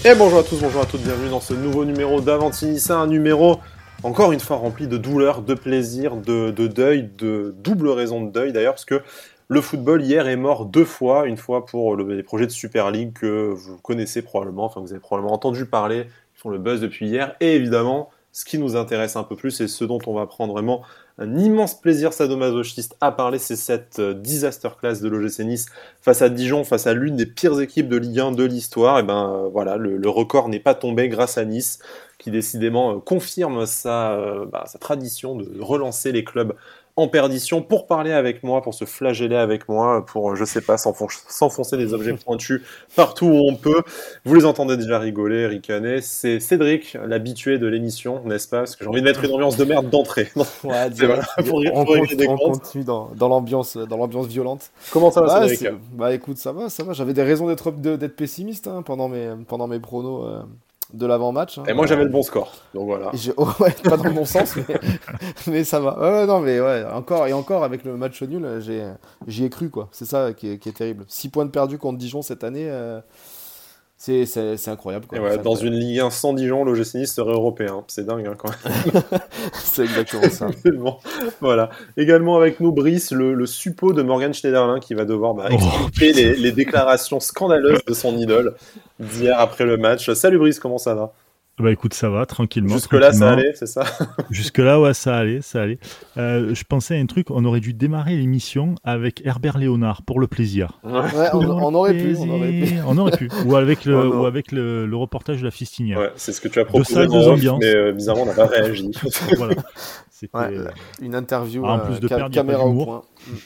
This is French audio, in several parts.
Et bonjour à tous, bonjour à toutes, bienvenue dans ce nouveau numéro d'Avanti-Nice, un numéro encore une fois rempli de douleur, de plaisir, de deuil, de double raison de deuil d'ailleurs, parce que le football hier est mort deux fois, une fois pour les projets de Super League que vous connaissez probablement, enfin vous avez probablement entendu parler, qui font le buzz depuis hier, et évidemment, ce qui nous intéresse un peu plus et ce dont on va prendre vraiment un immense plaisir sadomasochiste à parler, c'est cette disaster class de l'OGC Nice face à Dijon, face à l'une des pires équipes de Ligue 1 de l'histoire. Et ben voilà, le record n'est pas tombé grâce à Nice, qui décidément confirme sa tradition de relancer les clubs en perdition. Pour parler avec moi, pour se flageller avec moi, pour, je sais pas, s'enfoncer des objets pointus partout où on peut. Vous les entendez déjà rigoler, ricaner. C'est Cédric, l'habitué de l'émission, n'est-ce pas? Parce que j'ai envie de mettre une ambiance de merde d'entrée. Ouais, Voilà, on continue dans l'ambiance violente. Comment ça va, Cédric? Bah écoute, ça va. J'avais des raisons d'être pessimiste pendant mes pronos de l'avant-match. Et moi j'avais le bon score, donc voilà. Ouais, pas dans le bon sens, mais ça va. Ouais, non, mais ouais, encore avec le match nul, j'y ai cru, quoi. C'est ça qui est terrible. 6 points de perdus contre Dijon cette année, c'est incroyable, quoi. Et ouais, dans une Ligue 1 sans Dijon, l'OGC Nice serait européen. C'est dingue, hein, quand même. C'est exactement ça. Bon, voilà. Également avec nous, Brice, le suppôt de Morgan Schneiderlin, qui va devoir expliquer les déclarations scandaleuses de son idole d'hier après le match. Salut Brice, comment ça va? Bah écoute, ça va, tranquillement. Jusque-là, ça allait, c'est ça? Jusque-là, ouais, ça allait. Je pensais à un truc, on aurait dû démarrer l'émission avec Herbert Léonard, pour le plaisir. Ouais, on aurait pu. Ou avec le reportage de la Fistinière. Ouais, c'est ce que tu as proposé dans off, mais bizarrement, on n'a pas réagi. Voilà. C'était une interview en plus de perdre, caméra au point.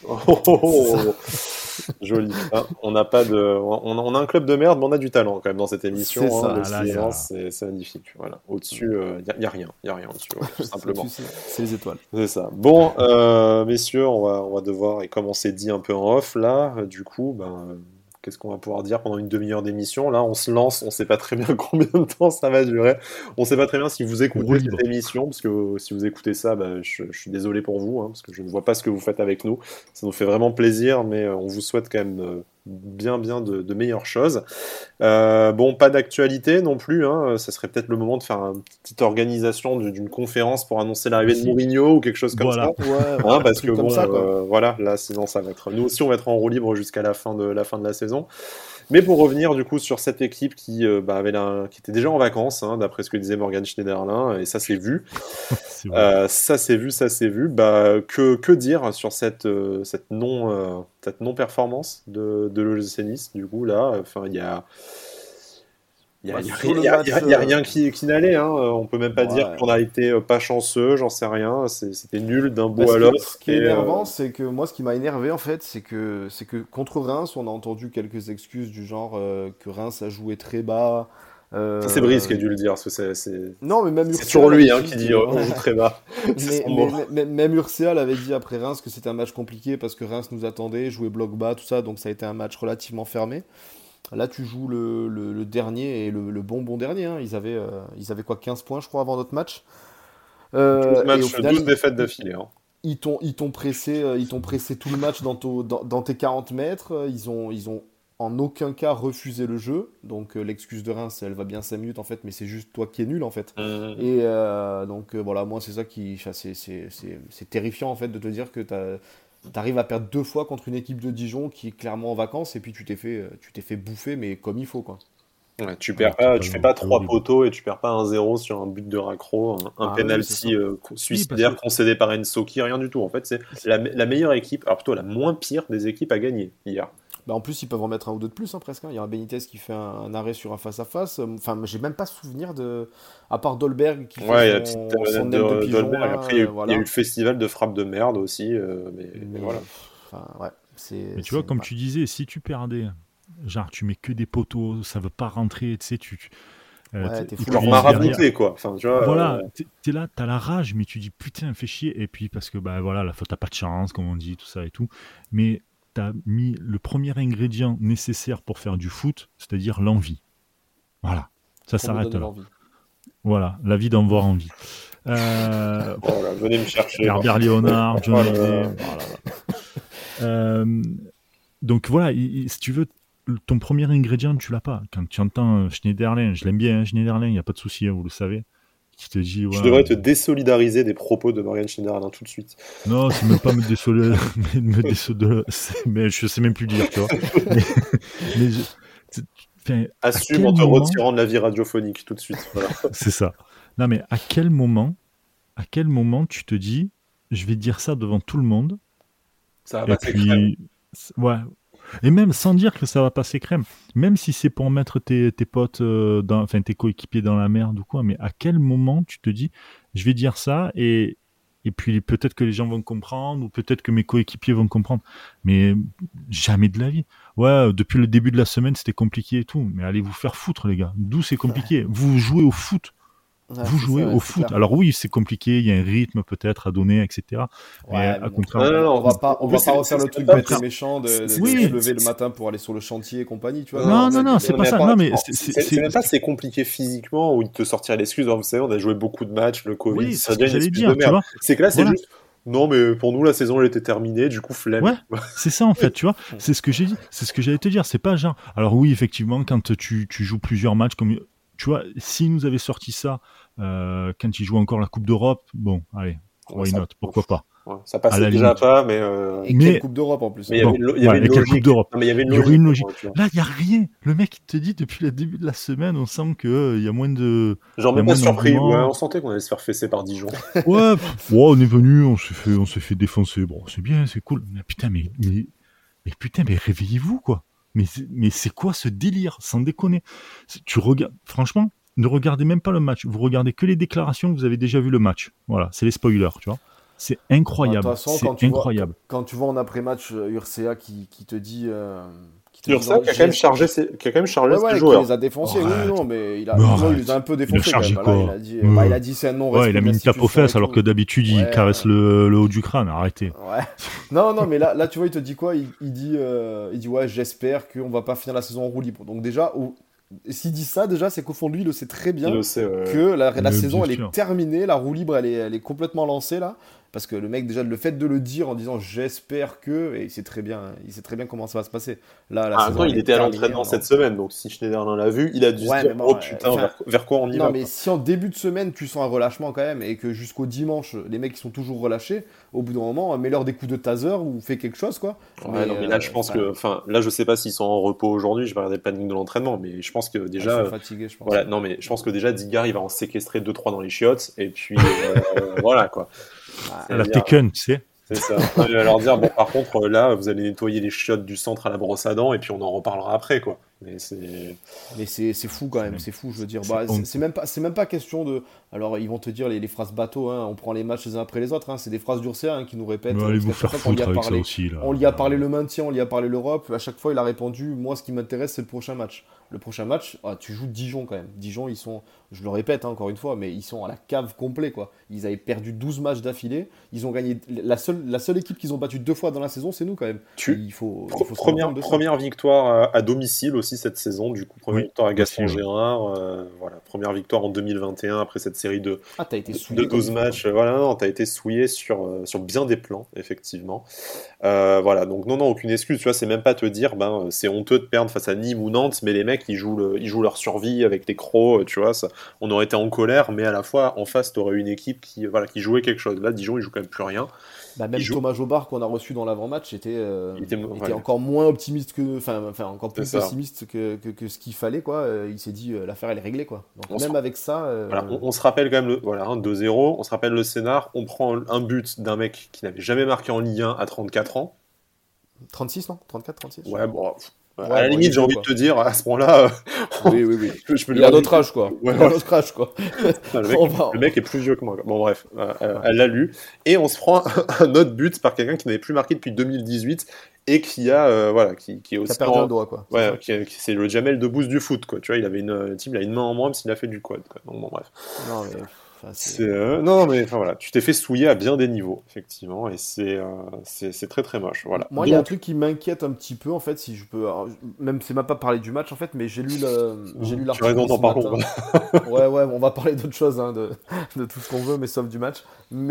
Joli. Ah, on a un club de merde, mais on a du talent quand même dans cette émission. C'est magnifique. Voilà. Au-dessus, il y a rien au-dessus, tout simplement. C'est les étoiles. C'est ça. Bon, messieurs, on va devoir, et comme on s'est dit un peu en off là, du coup, qu'est-ce qu'on va pouvoir dire pendant une demi-heure d'émission? Là, on se lance, on ne sait pas très bien combien de temps ça va durer. On ne sait pas très bien si vous écoutez cette émission, parce que si vous écoutez ça, je suis désolé pour vous, hein, parce que je ne vois pas ce que vous faites avec nous. Ça nous fait vraiment plaisir, mais on vous souhaite quand même bien de meilleures choses. Bon, pas d'actualité non plus, hein. Ça serait peut-être le moment de faire une petite organisation d'une conférence pour annoncer l'arrivée de Mourinho ou quelque chose comme ça. Ouais, parce que bon, ça, voilà, là, sinon ça va être... Nous aussi, on va être en roue libre jusqu'à la fin de la saison. Mais pour revenir du coup sur cette équipe qui était déjà en vacances, hein, d'après ce que disait Morgan Schneiderlin, et ça s'est vu. Ça s'est vu. Que dire sur cette non-performance de l'OGC Nice, du coup, là, il y a... Il n'y a rien qui n'allait, hein. On peut même pas dire qu'on a été pas chanceux, j'en sais rien. C'était nul d'un bout à l'autre. Ce qui est énervant, c'est que moi, ce qui m'a énervé en fait, c'est que contre Reims, on a entendu quelques excuses du genre que Reims a joué très bas. C'est Brice qui a dû le dire, parce que non, mais même c'est toujours lui qui dit on joue très bas. mais même Urséal avait dit après Reims que c'était un match compliqué parce que Reims nous attendait, jouait bloc bas, tout ça, donc ça a été un match relativement fermé. Là, tu joues le dernier et le bon dernier. Hein. Ils avaient quoi, 15 points, je crois, avant notre match. 12 défaites d'affilée. Hein. Ils t'ont pressé tout le match dans tes 40 mètres. Ils ont en aucun cas refusé le jeu. Donc, l'excuse de Reims, elle va bien 5 minutes, en fait, mais c'est juste toi qui es nul, en fait. Et donc, voilà, moi, c'est ça qui... C'est terrifiant, en fait, de te dire que t'arrives à perdre 2 fois contre une équipe de Dijon qui est clairement en vacances et puis tu t'es fait bouffer, mais comme il faut, quoi. Ouais, tu fais pas 3 poteaux et tu perds pas 1-0 sur un but de raccro, un penalty suicidaire concédé par Ensoki, rien du tout. En fait, c'est la meilleure équipe, alors plutôt la moins pire des équipes à gagner hier. En plus, ils peuvent en mettre un ou deux de plus, hein, presque. Hein. Il y a un Benitez qui fait un arrêt sur un face-à-face. Enfin, j'ai même pas souvenir à part Dolberg qui fait son aile de pigeon. Dolberg. Après, il y a eu le festival de frappe de merde aussi. Mais voilà. Mais tu vois, comme tu disais, si tu perdais, genre tu mets que des poteaux, ça veut pas rentrer, tu sais, t'es fou. Genre marabouté, quoi. Enfin, tu vois, voilà, t'es là, t'as la rage, mais tu dis putain, fais chier. Et puis parce que la faute, t'as pas de chance, comme on dit, tout ça et tout. Mais t'as mis le premier ingrédient nécessaire pour faire du foot, c'est-à-dire l'envie. Voilà, ça s'arrête là. Voilà, la vie d'en voir envie. Voilà, venez me chercher. Herbert Léonard, John Hallyday, voilà. Donc voilà, si tu veux, ton premier ingrédient, tu l'as pas. Quand tu entends Schneiderlin, je l'aime bien, Schneiderlin, il n'y a pas de souci, vous le savez, qui te dit, Je ouais, devrais te désolidariser des propos de Morgan Schneiderlin tout de suite. non, c'est même pas me désoler, mais je sais même plus dire, tu vois. Mais, mais enfin, à Assume quel en te moment, retirant de la vie radiophonique tout de suite. Voilà. c'est ça. Non, mais à quel moment tu te dis, je vais dire ça devant tout le monde, Ça va et passer crème. puis, ouais. Et même sans dire que ça va passer crème, même si c'est pour mettre tes potes, enfin tes coéquipiers dans la merde ou quoi, mais à quel moment tu te dis, je vais dire ça et puis peut-être que les gens vont comprendre ou peut-être que mes coéquipiers vont comprendre, mais jamais de la vie. Ouais, depuis le début de la semaine c'était compliqué et tout, mais allez vous faire foutre les gars. D'où c'est compliqué? Vous jouez au foot. Ouais, Vous c'est jouez ça, ouais, au c'est foot. clair. Alors oui, c'est compliqué, il y a un rythme peut-être à donner, etc. Mais Ouais, à mais bon. contraire, On va pas, En on plus, va pas refaire le c'est même truc pas. bête et méchant de oui, se lever le matin pour aller sur le chantier et compagnie, tu vois. non, Non, non, c'est non, des c'est Non, pas mais bêtises. ça. attends, Non, mais attends, c'est même pas c'est compliqué physiquement ou de te sortir l'excuse. Vous savez, on a joué beaucoup de matchs, le Covid, oui, c'est ça ce que devient une j'allais excuse de dire, tu merde. vois. C'est que là, c'est Voilà. juste. Non, mais pour nous, la saison, elle était terminée, du coup, flemme. Ouais, c'est ça en fait, tu vois. C'est ce que j'ai dit, c'est ce que j'allais te dire. C'est pas genre. Alors oui, effectivement, quand tu joues plusieurs matchs, comme tu vois, s'ils nous avaient sorti ça quand ils jouaient encore la Coupe d'Europe, bon, allez, Ouais, why not, pourquoi pas, ouais, ça à passait la déjà limite. pas, mais Et quelle Mais Coupe d'Europe en plus, il y hein. avait bon, il y avait ouais, une et quelle Coupe logique. d'Europe? Non, mais il y avait une Il y aurait logique, une au logique. moins, tu vois. Là, il y a rien. Le mec, il te dit depuis le début de la semaine, on sent que il y a moins de, Genre, il y a même pas moins surpris. Ouais, d'engouement. on sentait qu'on allait se faire fesser par Dijon. Ouais, ouais, on est venu, on s'est fait défoncer. Bon, c'est bien, c'est cool. Mais putain, mais putain, mais réveillez-vous, quoi. Mais c'est quoi ce délire, sans déconner? Tu regardes, franchement, ne regardez même pas le match. Vous regardez que les déclarations, vous avez déjà vu le match. Voilà, c'est les spoilers, tu vois. C'est Bah, de toute incroyable, façon, c'est incroyable. quand tu vois en après-match Urcea qui te dit, Ursa qui a quand même chargé Ouais, ses ouais, qui joueurs. les a défoncés. Oui, oui, Arrête, non, mais mais moi, il les a arrête. un peu Il a défoncés quand chargé même. Voilà, quoi? il a dit c'est un Ouais, non-respect il a de mis une tape aux l'institution et fesses alors que tout. d'habitude il Ouais, caresse le haut du crâne. Arrêtez. ouais. Non, non, mais là, tu vois, il te dit quoi? Il dit, ouais, j'espère qu'on va pas finir la saison en roue libre. Donc, déjà, s'il dit ça, déjà, c'est qu'au fond de lui, il le sait très Il bien le sait. que la Mais saison, bien elle est sûr. terminée. La roue libre, elle est complètement lancée, là. Parce que le mec, déjà, le fait de le dire en disant j'espère que, et il sait très bien comment ça va se passer. Là, la En même saison, temps, elle il est était à terminée. l'entraînement cette semaine, donc si Schneiderlin l'a vu, il a dû se Ouais, dire mais bon, oh putain, enfin, vers quoi on y non, va, mais quoi. si en début de semaine tu sens un relâchement quand même et que jusqu'au dimanche les mecs ils sont toujours relâchés, au bout d'un moment, mets-leur des coups de taser ou fais quelque chose quoi. Ouais, non, mais là, je pense que, enfin, là, je sais pas s'ils sont en repos aujourd'hui. Je vais regarder le planning de l'entraînement, mais je pense que ils déjà, sont fatigués, je pense. voilà, non, mais je pense que déjà, Digard, il va en séquestrer 2-3 dans les chiottes, et puis voilà, quoi. À la C'est-à-dire, Tekken, tu sais. c'est ça. Il va leur dire bon, par contre, là, vous allez nettoyer les chiottes du centre à la brosse à dents, et puis on en reparlera après, quoi. Mais c'est. Mais c'est fou quand même, C'est c'est fou, je veux dire. c'est Bah, honte. c'est même pas question de. Alors ils vont te dire les phrases bateau, hein, on prend les matchs les uns après les autres, hein, c'est des phrases d'Ursa qui nous répètent. Mais allez Parce vous qu'à chaque faire fois qu'on y foutre a avec ça parlé, aussi là. on lui a parlé le maintien, on lui a parlé l'Europe, à chaque fois il a répondu moi ce qui m'intéresse c'est le prochain match. Le prochain match, tu joues Dijon quand même. Dijon, ils sont, je le répète hein, encore une fois, mais ils sont à la cave complet quoi. Ils avaient perdu 12 matchs d'affilée, ils ont gagné. La seule équipe qu'ils ont battue 2 fois dans la saison, c'est nous quand même. Il faut se rendre Première, compte de ça. première victoire à domicile aussi cette saison, du coup, première Oui, victoire à aussi, Gaston ouais. Gérard, voilà, première victoire en 2021 après cette série de, Ah, t'as été de souillé comme 12 il faut, quoi. matchs. Voilà, non, t'as été souillé sur bien des plans, effectivement. Voilà, donc non, aucune excuse, tu vois, c'est même pas te dire, ben, c'est honteux de perdre face à Nîmes ou Nantes, mais les mecs, ils jouent leur survie avec les crocs, tu vois, ça, on aurait été en colère, mais à la fois, en face, t'aurais une équipe voilà, qui jouait quelque chose. Là, Dijon, ils jouent quand même plus rien. Bah, Ils même jouent, Thomas Jobard qu'on a reçu dans l'avant-match était ouais, encore moins optimiste enfin encore c'est plus ça. pessimiste que ce qu'il fallait quoi. Il s'est dit l'affaire elle est réglée quoi. Donc On se, même avec ça, voilà, on se rappelle quand même, voilà, hein, 2-0, on se rappelle le scénar, on prend un but d'un mec qui n'avait jamais marqué en Ligue 1 à 34 ans. 36 non 34 36. Ouais, bon, Ouais, à la bon, il est limite, j'ai vieux, envie quoi. de te dire, à ce moment-là, Oui oui oui. je peux lui Il a dire, notre âge quoi. ouais, Il a notre âge quoi. le On va. mec est plus vieux que moi, quoi. Bon, bref, Ouais. elle l'a lu. Et on se prend un autre but par quelqu'un qui n'avait plus marqué depuis 2018 et qui voilà, qui est Qui a aussi perdu un doigt quoi. C'est ouais, ça. c'est le Jamel Debbouze du foot, quoi. Tu vois, il avait il a une main en moins, même s'il a fait du quad, quoi. Donc, bon, bref. Non mais Non, mais enfin voilà, tu t'es fait souiller à bien des niveaux, effectivement, et c'est très très moche. Voilà. Moi, il y a un truc qui m'inquiète un petit peu, en fait, si je peux. Alors, même c'est même pas parler du match, en fait, mais j'ai lu Tu as l'article raison, ce t'en parlons. matin. Ouais, on va parler d'autre chose, hein, de tout ce qu'on veut, mais sauf du match.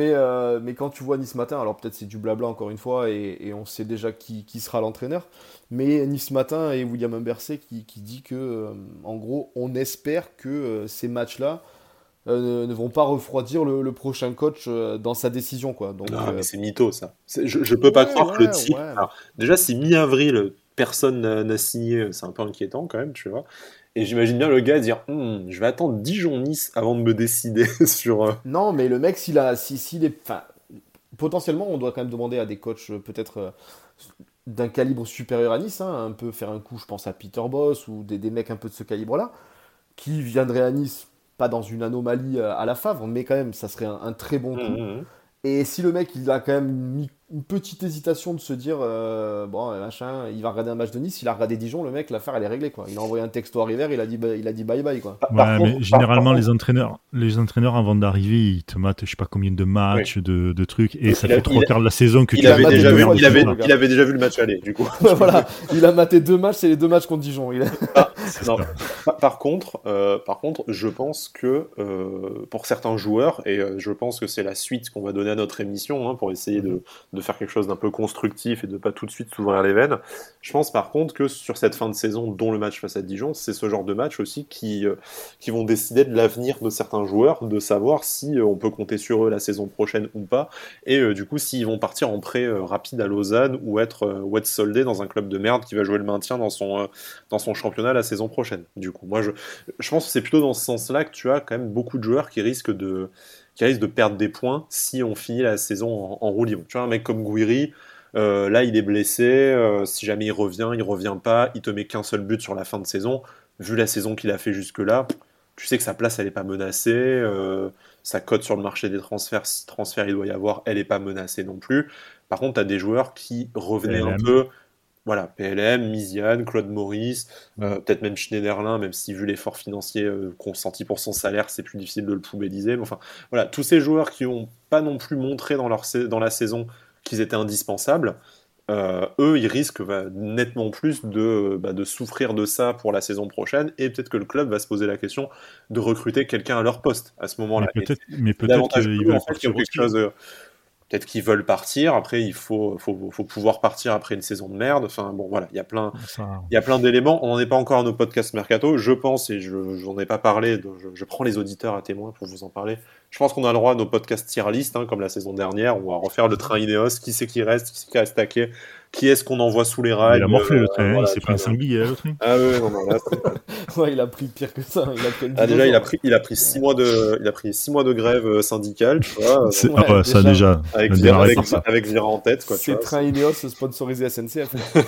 Mais quand tu vois Nice ce matin, alors peut-être c'est du blabla encore une fois, et on sait déjà qui sera l'entraîneur. Mais Nice ce matin et William Humberstay qui dit que, en gros, on espère que ces matchs-là ne vont pas refroidir le prochain coach dans sa décision, quoi. Donc, Non, mais c'est mytho, ça. Je peux pas croire que le type. ouais. Alors, déjà, si mi-avril, personne n'a signé, c'est un peu inquiétant quand même, tu vois. Et j'imagine bien le gars dire je vais attendre Dijon-Nice avant de me décider sur. Non, mais le mec, s'il est, enfin, potentiellement, on doit quand même demander à des coachs peut-être d'un calibre supérieur à Nice, hein, un peu faire un coup, je pense à Peter Bosz ou des mecs un peu de ce calibre-là, qui viendraient à Nice, pas dans une anomalie à la Favre, mais quand même, ça serait un très bon coup. Hum. Et si le mec, il a quand même mis une petite hésitation de se dire, bon, machin, il va regarder un match de Nice, il a regardé Dijon, le mec, l'affaire, elle est réglée, quoi. Il a envoyé un texto à River, il a dit bye bye, quoi. Ouais, mais généralement, les entraîneurs, avant d'arriver, ils te matent, je sais pas combien de matchs, de trucs, et ça fait 3 quarts de la saison que il tu avait maté déjà deux vu, fois, il avait, le gars. il avait déjà vu le match aller, du coup. Voilà, il a maté 2 matchs, c'est les 2 matchs contre Dijon. Non. Par contre, je pense que pour certains joueurs, et je pense que c'est la suite qu'on va donner à notre émission, hein, pour essayer de faire quelque chose d'un peu constructif et de pas tout de suite s'ouvrir les veines, je pense par contre que sur cette fin de saison, dont le match face à Dijon, c'est ce genre de match aussi qui vont décider de l'avenir de certains joueurs, de savoir si on peut compter sur eux la saison prochaine ou pas, et du coup s'ils vont partir en prêt rapide à Lausanne ou être soldés dans un club de merde qui va jouer le maintien dans son championnat la saison prochaine. Du coup, moi je pense que c'est plutôt dans ce sens-là que tu as quand même beaucoup de joueurs qui risquent de perdre des points si on finit la saison en roue libre. Tu vois, un mec comme Gouiri, là il est blessé, si jamais il revient pas, il te met qu'un seul but sur la fin de saison. Vu la saison qu'il a fait jusque-là, tu sais que sa place elle est pas menacée, sa cote sur le marché des transferts, si transfert il doit y avoir, elle est pas menacée non plus. Par contre, tu as des joueurs qui revenaient un peu. Voilà, PLM, Miziane, Claude Maurice, peut-être même Schneiderlin, même si vu l'effort financier consenti pour son salaire, c'est plus difficile de le poubelliser. Mais enfin, voilà, tous ces joueurs qui n'ont pas non plus montré dans la saison qu'ils étaient indispensables, eux, ils risquent nettement plus de souffrir de ça pour la saison prochaine, et peut-être que le club va se poser la question de recruter quelqu'un à leur poste à ce moment-là. Mais peut-être Davantage qu'ils eux, en veulent fait, qui ont partir quelque aussi. chose. Peut-être qu'ils veulent partir. Après, il faut pouvoir partir après une saison de merde. Enfin, bon, voilà, il y a Ça, plein d'éléments. On n'en est pas encore à nos podcasts mercato. Je pense, et j'en ai pas parlé, je prends les auditeurs à témoin pour vous en parler. Je pense qu'on a le droit à nos podcasts tier list, hein, comme la saison dernière. On va refaire le train Ineos. Qui c'est qui reste taqué? Qui est-ce qu'on envoie sous les rails? il a morflé le train, voilà, il s'est pris un sanglier, le train. Ah ouais, non, là, Ouais, il a pris pire que ça. Il a pris le déjà, dinosaure. il a pris 6 mois de grève syndicale, tu vois, Ouais, Ça déjà. déjà, avec on a Vira, démarré par ça. avec Vira en tête, quoi, tu C'est vois. train Ineos sponsorisé SNCF.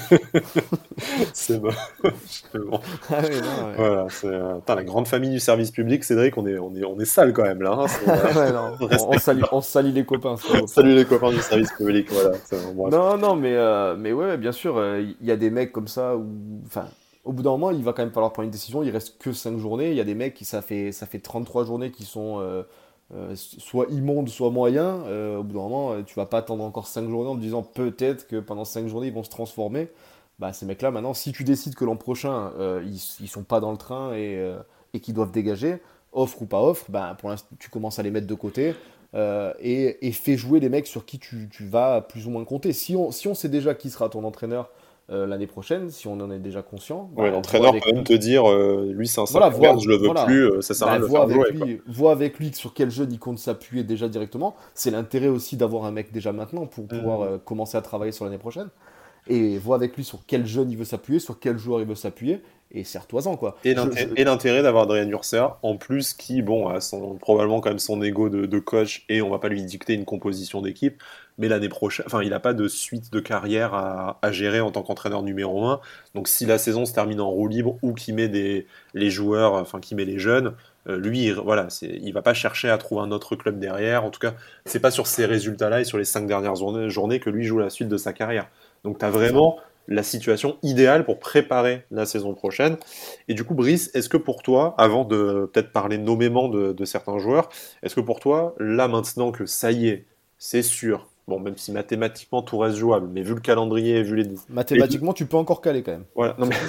C'est moche. Mais bon. Ah oui, non, ouais. Voilà, putain, la grande famille du service public, Cédric, on est sale quand même là. Hein, Ouais, non. On salit les copains. c'est pas beau. Salut les copains du service public, voilà. Bref. Non, mais ouais, bien sûr, il y a des mecs comme ça où, enfin, au bout d'un moment, il va quand même falloir prendre une décision. Il reste que 5 journées. Il y a des mecs ça fait 33 journées qui sont soit immondes, soit moyens. Au bout d'un moment, tu vas pas attendre encore 5 journées en te disant peut-être que pendant 5 journées, ils vont se transformer. Bah, ces mecs-là, maintenant, si tu décides que l'an prochain, ils sont pas dans le train et qu'ils doivent dégager, offre ou pas offre, bah, pour l'instant, tu commences à les mettre de côté. Et fais jouer les mecs sur qui tu vas plus ou moins compter. Si on sait déjà qui sera ton entraîneur l'année prochaine, si on en est déjà conscient, Ouais, bah, l'entraîneur vois avec peut même lui. te dire lui c'est un Voilà, sacré merde, je le veux voilà. plus, ça sert à rien de le faire jouer, quoi. Vois avec lui sur quel jeune il compte s'appuyer déjà directement. C'est l'intérêt aussi d'avoir un mec déjà maintenant pour pouvoir commencer à travailler sur l'année prochaine. Et vois avec lui sur quel jeune il veut s'appuyer, sur quel joueur il veut s'appuyer, et serre-toi-en, quoi. Et l'intérêt d'avoir Adrien Urser, en plus, qui, bon, a probablement quand même son ego de coach, et on va pas lui dicter une composition d'équipe, mais l'année prochaine, enfin, il n'a pas de suite de carrière à gérer en tant qu'entraîneur numéro 1. Donc, si la saison se termine en roue libre ou qu'il met les joueurs, enfin, qu'il met les jeunes, lui, voilà, il va pas chercher à trouver un autre club derrière. En tout cas, c'est pas sur ces résultats-là et sur les 5 dernières journées que lui joue la suite de sa carrière. Donc, tu as vraiment la situation idéale pour préparer la saison prochaine. Et du coup, Brice, est-ce que pour toi, avant de peut-être parler nommément de certains joueurs, est-ce que pour toi, là maintenant que ça y est, c'est sûr, bon, même si mathématiquement tout reste jouable, mais vu le calendrier, vu les... Mathématiquement, tu peux encore caler quand même. Voilà, non, mais...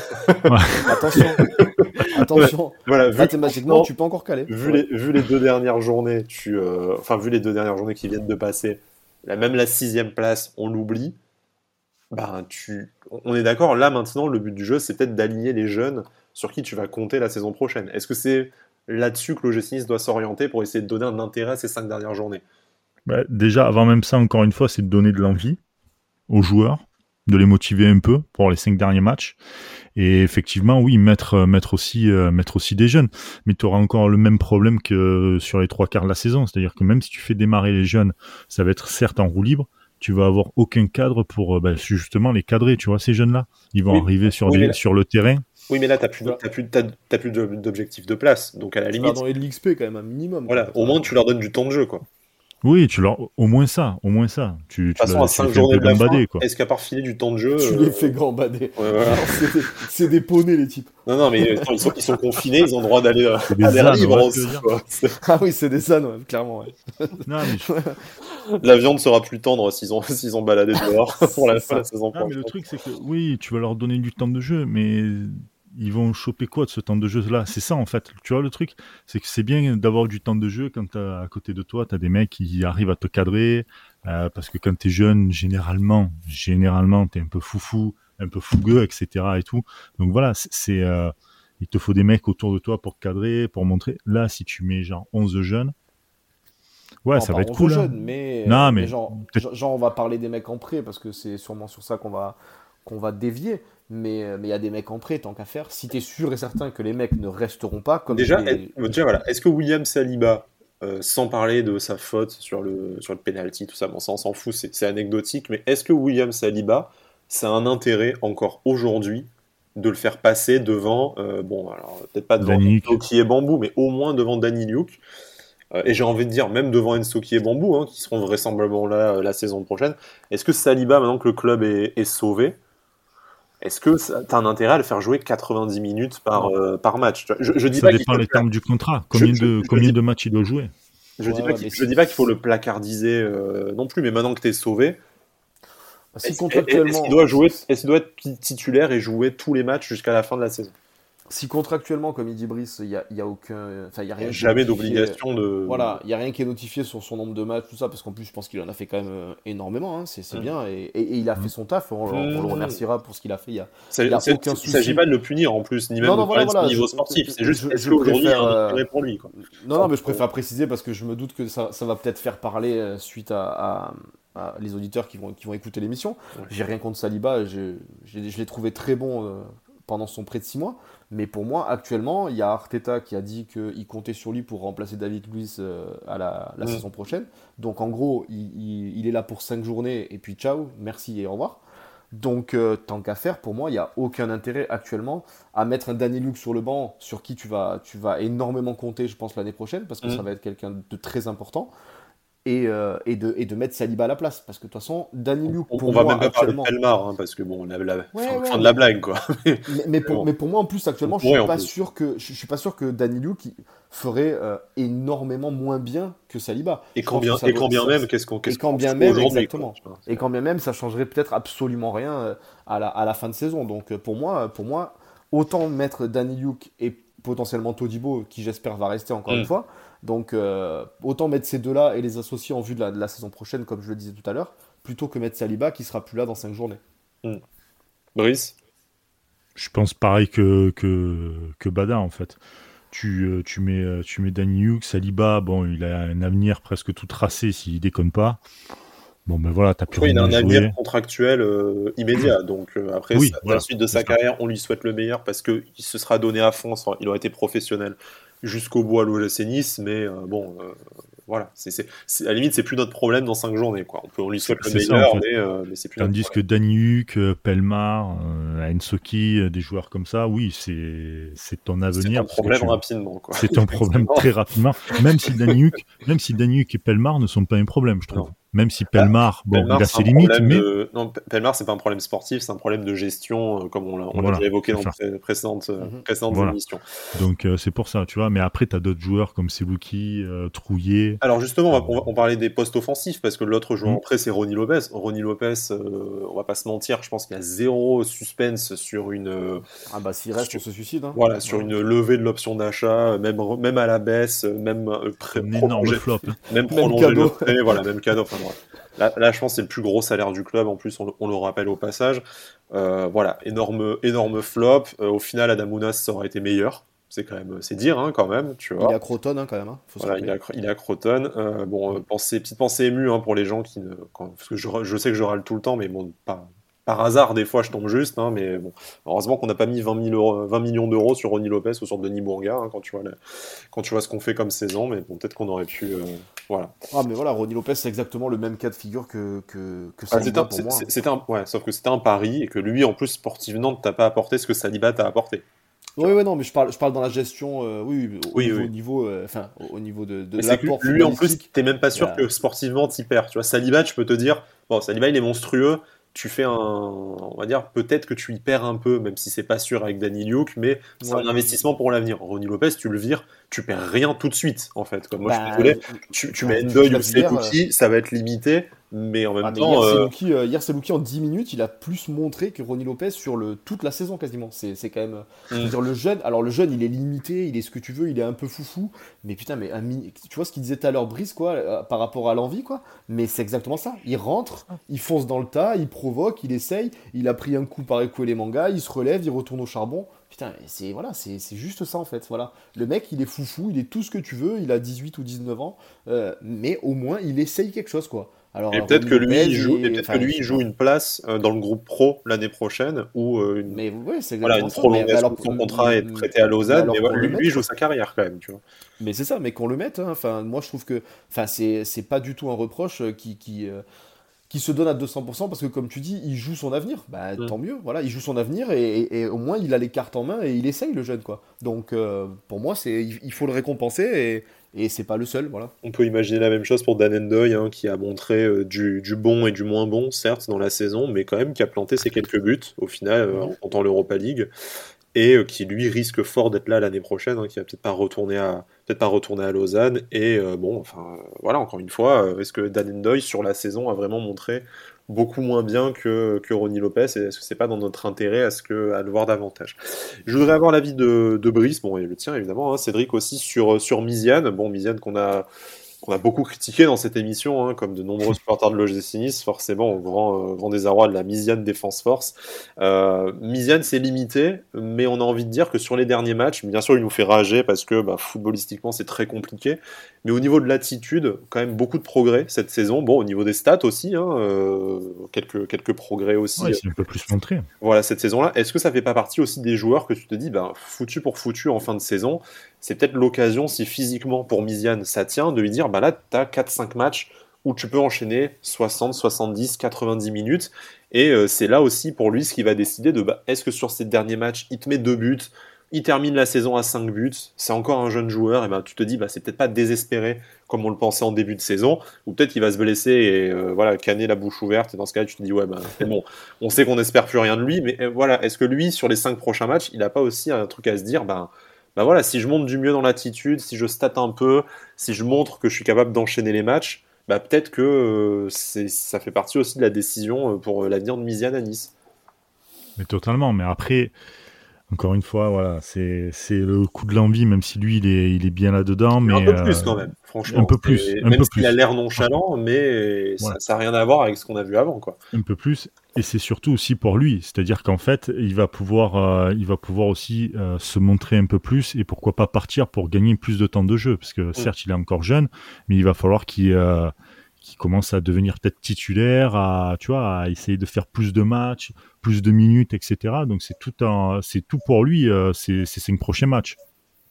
Attention. Voilà, Mathématiquement, tu peux encore caler. Vu les 2 dernières journées, vu les 2 dernières journées qui viennent de passer, même la 6e place, on l'oublie. On est d'accord, là maintenant, le but du jeu, c'est peut-être d'aligner les jeunes sur qui tu vas compter la saison prochaine. Est-ce que c'est là-dessus que l'OGC Nice doit s'orienter pour essayer de donner un intérêt à ces 5 dernières journées? Déjà, avant même ça, encore une fois, c'est de donner de l'envie aux joueurs, de les motiver un peu pour les 5 derniers matchs. Et effectivement, oui, mettre aussi des jeunes. Mais tu auras encore le même problème que sur les 3 quarts de la saison. C'est-à-dire que même si tu fais démarrer les jeunes, ça va être certes en roue libre, tu vas avoir aucun cadre pour justement les cadrer, tu vois, ces jeunes-là. Ils vont arriver sur le terrain. Oui, mais là, t'as plus d'objectif de place. Donc, à la limite... dans les l'XP, quand même, un minimum. Voilà, au moins, tu leur donnes du temps de jeu, quoi. Oui, au moins ça. De toute façon, à 5 journées de la fin, quoi. Est-ce qu'à part filer du temps de jeu... Tu les fais gambader. Ouais, voilà. C'est des poneys, les types. Non, mais ils sont confinés, ils ont le droit d'aller libre aussi, quoi. Ah oui, c'est des ânes, ouais, clairement, ouais. Non, mais la viande sera plus tendre s'ils ont baladé dehors pour la saison prochaine. Mais le truc, c'est que, oui, tu vas leur donner du temps de jeu, mais... ils vont choper quoi de ce temps de jeu-là? C'est ça, en fait. Tu vois, le truc, c'est que c'est bien d'avoir du temps de jeu quand à côté de toi, tu as des mecs qui arrivent à te cadrer, parce que quand tu es jeune, généralement, tu es un peu foufou, un peu fougueux, etc. et tout. Donc voilà, il te faut des mecs autour de toi pour te cadrer, pour montrer. Là, si tu mets genre 11 jeunes, ouais, ça va être cool. Jeunes, mais genre, on va parler des mecs en prêt, parce que c'est sûrement sur ça qu'on va dévier. Mais il y a des mecs en prêt, tant qu'à faire. Si t'es sûr et certain que les mecs ne resteront pas comme déjà voilà, est-ce que William Saliba, sans parler de sa faute sur le penalty, tout ça, bon, ça on s'en fout, c'est anecdotique, mais est-ce que William Saliba, ça a un intérêt encore aujourd'hui de le faire passer devant, alors peut-être pas devant Ensoki et Bambou, mais au moins devant Danny Luke, et j'ai envie de dire même devant Ensoki et Bambou, qui seront vraisemblablement là la saison prochaine. Est-ce que Saliba, maintenant que le club est sauvé, est-ce que tu as un intérêt à le faire jouer 90 minutes par match? Je dis ça pas dépend les termes du contrat. Combien de matchs il doit jouer? Je dis pas qu'il faut le placardiser non plus, mais maintenant que tu es sauvé, est-ce qu'il doit être titulaire et jouer tous les matchs jusqu'à la fin de la saison? Si contractuellement, comme il dit Brice, il y a aucun, enfin il y a rien. Jamais d'obligation de. Voilà, il y a rien qui est notifié sur son nombre de matchs, tout ça, parce qu'en plus, je pense qu'il en a fait quand même énormément. C'est bien, et il a fait son taf. On le remerciera pour ce qu'il a fait. Il y a aucun souci. Il s'agit pas de le punir en plus, ni même de parler de son niveau sportif. C'est juste est-ce qu'aujourd'hui il y a un intérêt pour lui, quoi. Non, mais je préfère préciser parce que je me doute que ça va peut-être faire parler suite à les auditeurs qui vont écouter l'émission. J'ai rien contre Saliba, je l'ai trouvé très bon pendant son prêt de 6 mois. Mais pour moi, actuellement, il y a Arteta qui a dit qu'il comptait sur lui pour remplacer David Luiz à la saison prochaine. Donc en gros, il est là pour 5 journées et puis ciao, merci et au revoir. Donc tant qu'à faire, pour moi, il n'y a aucun intérêt actuellement à mettre un Danny Luke sur le banc sur qui tu vas énormément compter, je pense, l'année prochaine, parce que ça va être quelqu'un de très important. Et de mettre Saliba à la place, parce que de toute façon Danny Luke on va même pas parler de Pelmar, parce que bon, fin de la blague, quoi. mais pour moi en plus actuellement je suis pas sûr que Danny Luke ferait énormément moins bien que Saliba. Et quand bien même exactement. Et quand bien même ça changerait peut-être absolument rien à la fin de saison. Donc pour moi autant mettre Danny Luke et potentiellement Todibo, qui j'espère va rester encore une fois. Donc autant mettre ces deux-là et les associer en vue de la saison prochaine, comme je le disais tout à l'heure, plutôt que mettre Saliba qui sera plus là dans 5 journées. Brice, je pense pareil que Bada, en fait. Tu mets Danny Hughes, Saliba, bon, il a un avenir presque tout tracé s'il déconne pas. Bon, ben voilà, t'as plus rien à jouer. Il a un avenir contractuel immédiat. Donc après, la suite de sa carrière, on lui souhaite le meilleur parce qu'il se sera donné à fond. Il aurait été professionnel jusqu'au bout à l'OGC Nice, mais voilà, à la limite, c'est plus notre problème dans 5 journées, quoi. On lui souhaite le meilleur, en fait. Mais c'est plus notre problème. Tandis que Danny Hughes, Pelmar, Ensoki, des joueurs comme ça, oui, c'est ton avenir. C'est ton problème rapidement, quoi. C'est ton problème très rapidement. Même si Danny Hughes et Pelmar ne sont pas un problème, je trouve. Non. Même si Pelmar, bon, Pelmar, il a c'est ses un limites, problème mais de... Non, Pelmar, c'est pas un problème sportif, c'est un problème de gestion, comme on l'a voilà, déjà évoqué c'est dans ça. Mhm. précédentes Voilà. émissions. Donc c'est pour ça, tu vois. Mais après, tu as d'autres joueurs comme Selouki, Trouillet. Alors justement, on parlait des postes offensifs, parce que l'autre joueur Hmm. en prêt, c'est Ronny Lopez. Ronny Lopez, on va pas se mentir, je pense qu'il y a zéro suspense sur Ah bah s'il reste, on se suicide. Hein. voilà, sur Voilà. une levée de l'option d'achat, même à la baisse, même C'est un énorme flop. Hein. même Même prolonger le cadeau. prêt, voilà, même cadeau. Enfin, bref. Là, je pense que c'est le plus gros salaire du club, en plus, on le rappelle au passage. Voilà, énorme flop. Au final, Adamounas, ça aurait été meilleur. C'est dire, hein, quand même, tu Il est vois. à Croton, hein, quand même. Hein, faut se Voilà, rappeler. il est à Croton. Bon, petite pensée émue, hein, pour les gens qui ne. Parce que je sais que je râle tout le temps, mais bon, pas. Par hasard, des fois, je tombe juste, hein, mais bon. Heureusement qu'on n'a pas mis 20 millions d'euros sur Ronny Lopez ou sur Denis Bourga, hein, quand tu vois ce qu'on fait comme saison, mais bon, peut-être qu'on aurait pu. Voilà. Ah mais voilà, Ronny Lopez, c'est exactement le même cas de figure que Ah, Saliba pour moi. Hein. ouais, sauf que c'était un pari et que lui, en plus, sportivement, ne t'a pas apporté ce que Saliba t'a apporté. Tu Oui, vois. ouais, non, mais je parle dans la gestion, oui, Oui, au oui. niveau, enfin, au niveau de Mais c'est que l'apport lui, en plus, footballistique. t'es même pas Il y sûr a... que sportivement t'y perds. Tu vois, Saliba, tu peux te dire, bon, Saliba, il est monstrueux. Tu fais on va dire, peut-être que tu y perds un peu, même si c'est pas sûr avec Danny Luke, mais c'est un Ouais. investissement pour l'avenir. Ronny Lopez, tu le vires, tu perds rien tout de suite, en fait. Comme moi, je suis Ben, désolé, tu mets tu Ndoye la ou vires. Selouki, ça va être limité, mais en Ah, même mais temps, Hier, Selouki, en 10 minutes, il a plus montré que Ronny Lopez sur toute la saison quasiment. C'est quand même. Je veux hmm. dire, le jeune, il est limité, il est ce que tu veux, il est un peu foufou. Mais putain, tu vois ce qu'il disait tout à l'heure, Brice, quoi, par rapport à l'envie, quoi. Mais c'est exactement ça. Il rentre, il fonce dans le tas, il provoque, il essaye. Il a pris un coup par les mangas, il se relève, il retourne au charbon. Putain, c'est juste ça en fait. Voilà. Le mec, il est foufou, il est tout ce que tu veux, il a 18 ou 19 ans, mais au moins il essaye quelque chose, quoi. Alors, Et peut-être Ronny que lui, Lopez, peut-être que enfin, lui, je il sais joue pas. une place dans le groupe pro l'année prochaine, ou Mais ouais, c'est voilà, exactement une ça. Mais prolongation alors, de son contrat est prêté à mais Lausanne, mais alors voilà, qu'on le lui, mette, il joue quoi. sa carrière quand même, tu vois. Mais c'est ça, mais qu'on le mette. Hein. Enfin, moi, je trouve que, enfin, c'est pas du tout un reproche qui se donne à 200% parce que, comme tu dis, il joue son avenir. Bah, Mm. tant mieux. Voilà, il joue son avenir et au moins il a les cartes en main et il essaye le jeune, quoi. Donc, pour moi, il faut le récompenser et c'est pas le seul. Voilà. On peut imaginer la même chose pour Dan Ndoye, hein, qui a montré du bon et du moins bon, certes, dans la saison, mais quand même qui a planté ses quelques buts, au final, en Mhm. comptant l'Europa League, et qui lui risque fort d'être là l'année prochaine, hein, qui va peut-être pas retourner à Lausanne. Et bon, enfin, voilà, encore une fois, est-ce que Dan Ndoye sur la saison a vraiment montré beaucoup moins bien que Ronny Lopez, et est-ce que c'est pas dans notre intérêt à le voir davantage? Je voudrais avoir l'avis de Brice, bon, et le tien évidemment, hein, Cédric aussi, sur Miziane. Bon, Miziane qu'on a beaucoup critiqué dans cette émission, hein, comme de nombreux supporters de l'OGC Nice, forcément au grand désarroi de la Miziane Défense Force. Miziane, c'est limité, mais on a envie de dire que sur les derniers matchs, bien sûr, il nous fait rager parce que bah, footballistiquement, c'est très compliqué, mais au niveau de l'attitude, quand même beaucoup de progrès cette saison. Bon, au niveau des stats aussi, hein, quelques progrès aussi, Ouais, c'est un peu plus montré. voilà, cette saison-là. Est-ce que ça fait pas partie aussi des joueurs que tu te dis, ben, foutu pour foutu en fin de saison, c'est peut-être l'occasion, si physiquement pour Miziane ça tient, de lui dire, bah là, t'as 4-5 matchs où tu peux enchaîner 60, 70, 90 minutes. Et c'est là aussi pour lui ce qui va décider de, bah, est-ce que sur ces derniers matchs, il te met 2 buts, il termine la saison à 5 buts, c'est encore un jeune joueur, et ben tu te dis, bah, c'est peut-être pas désespéré comme on le pensait en début de saison, ou peut-être qu'il va se blesser et voilà, canner la bouche ouverte, et dans ce cas-là, tu te dis, ouais, bah, c'est bon, on sait qu'on espère plus rien de lui, mais voilà, est-ce que lui, sur les 5 prochains matchs, il n'a pas aussi un truc à se dire, bah voilà, si je monte du mieux dans l'attitude, si je state un peu, si je montre que je suis capable d'enchaîner les matchs, bah peut-être que ça fait partie aussi de la décision pour l'avenir de Miziane à Nice. Mais totalement. Mais après, encore une fois, voilà, c'est le coup de l'envie, même si lui, il est bien là-dedans, Mais un mais peu plus quand même, un franchement. peu plus, un Même peu s'il a plus. l'air nonchalant, mais Voilà, ça n'a rien à voir avec ce qu'on a vu avant, quoi. un peu plus. Et c'est surtout aussi pour lui, c'est-à-dire qu'en fait, il va pouvoir aussi se montrer un peu plus et pourquoi pas partir pour gagner plus de temps de jeu, parce que Mm. certes, il est encore jeune, mais il va falloir qu'il commence à devenir peut-être titulaire, tu vois, à essayer de faire plus de matchs, plus de minutes, etc. Donc c'est tout pour lui, ces 5 prochains matchs.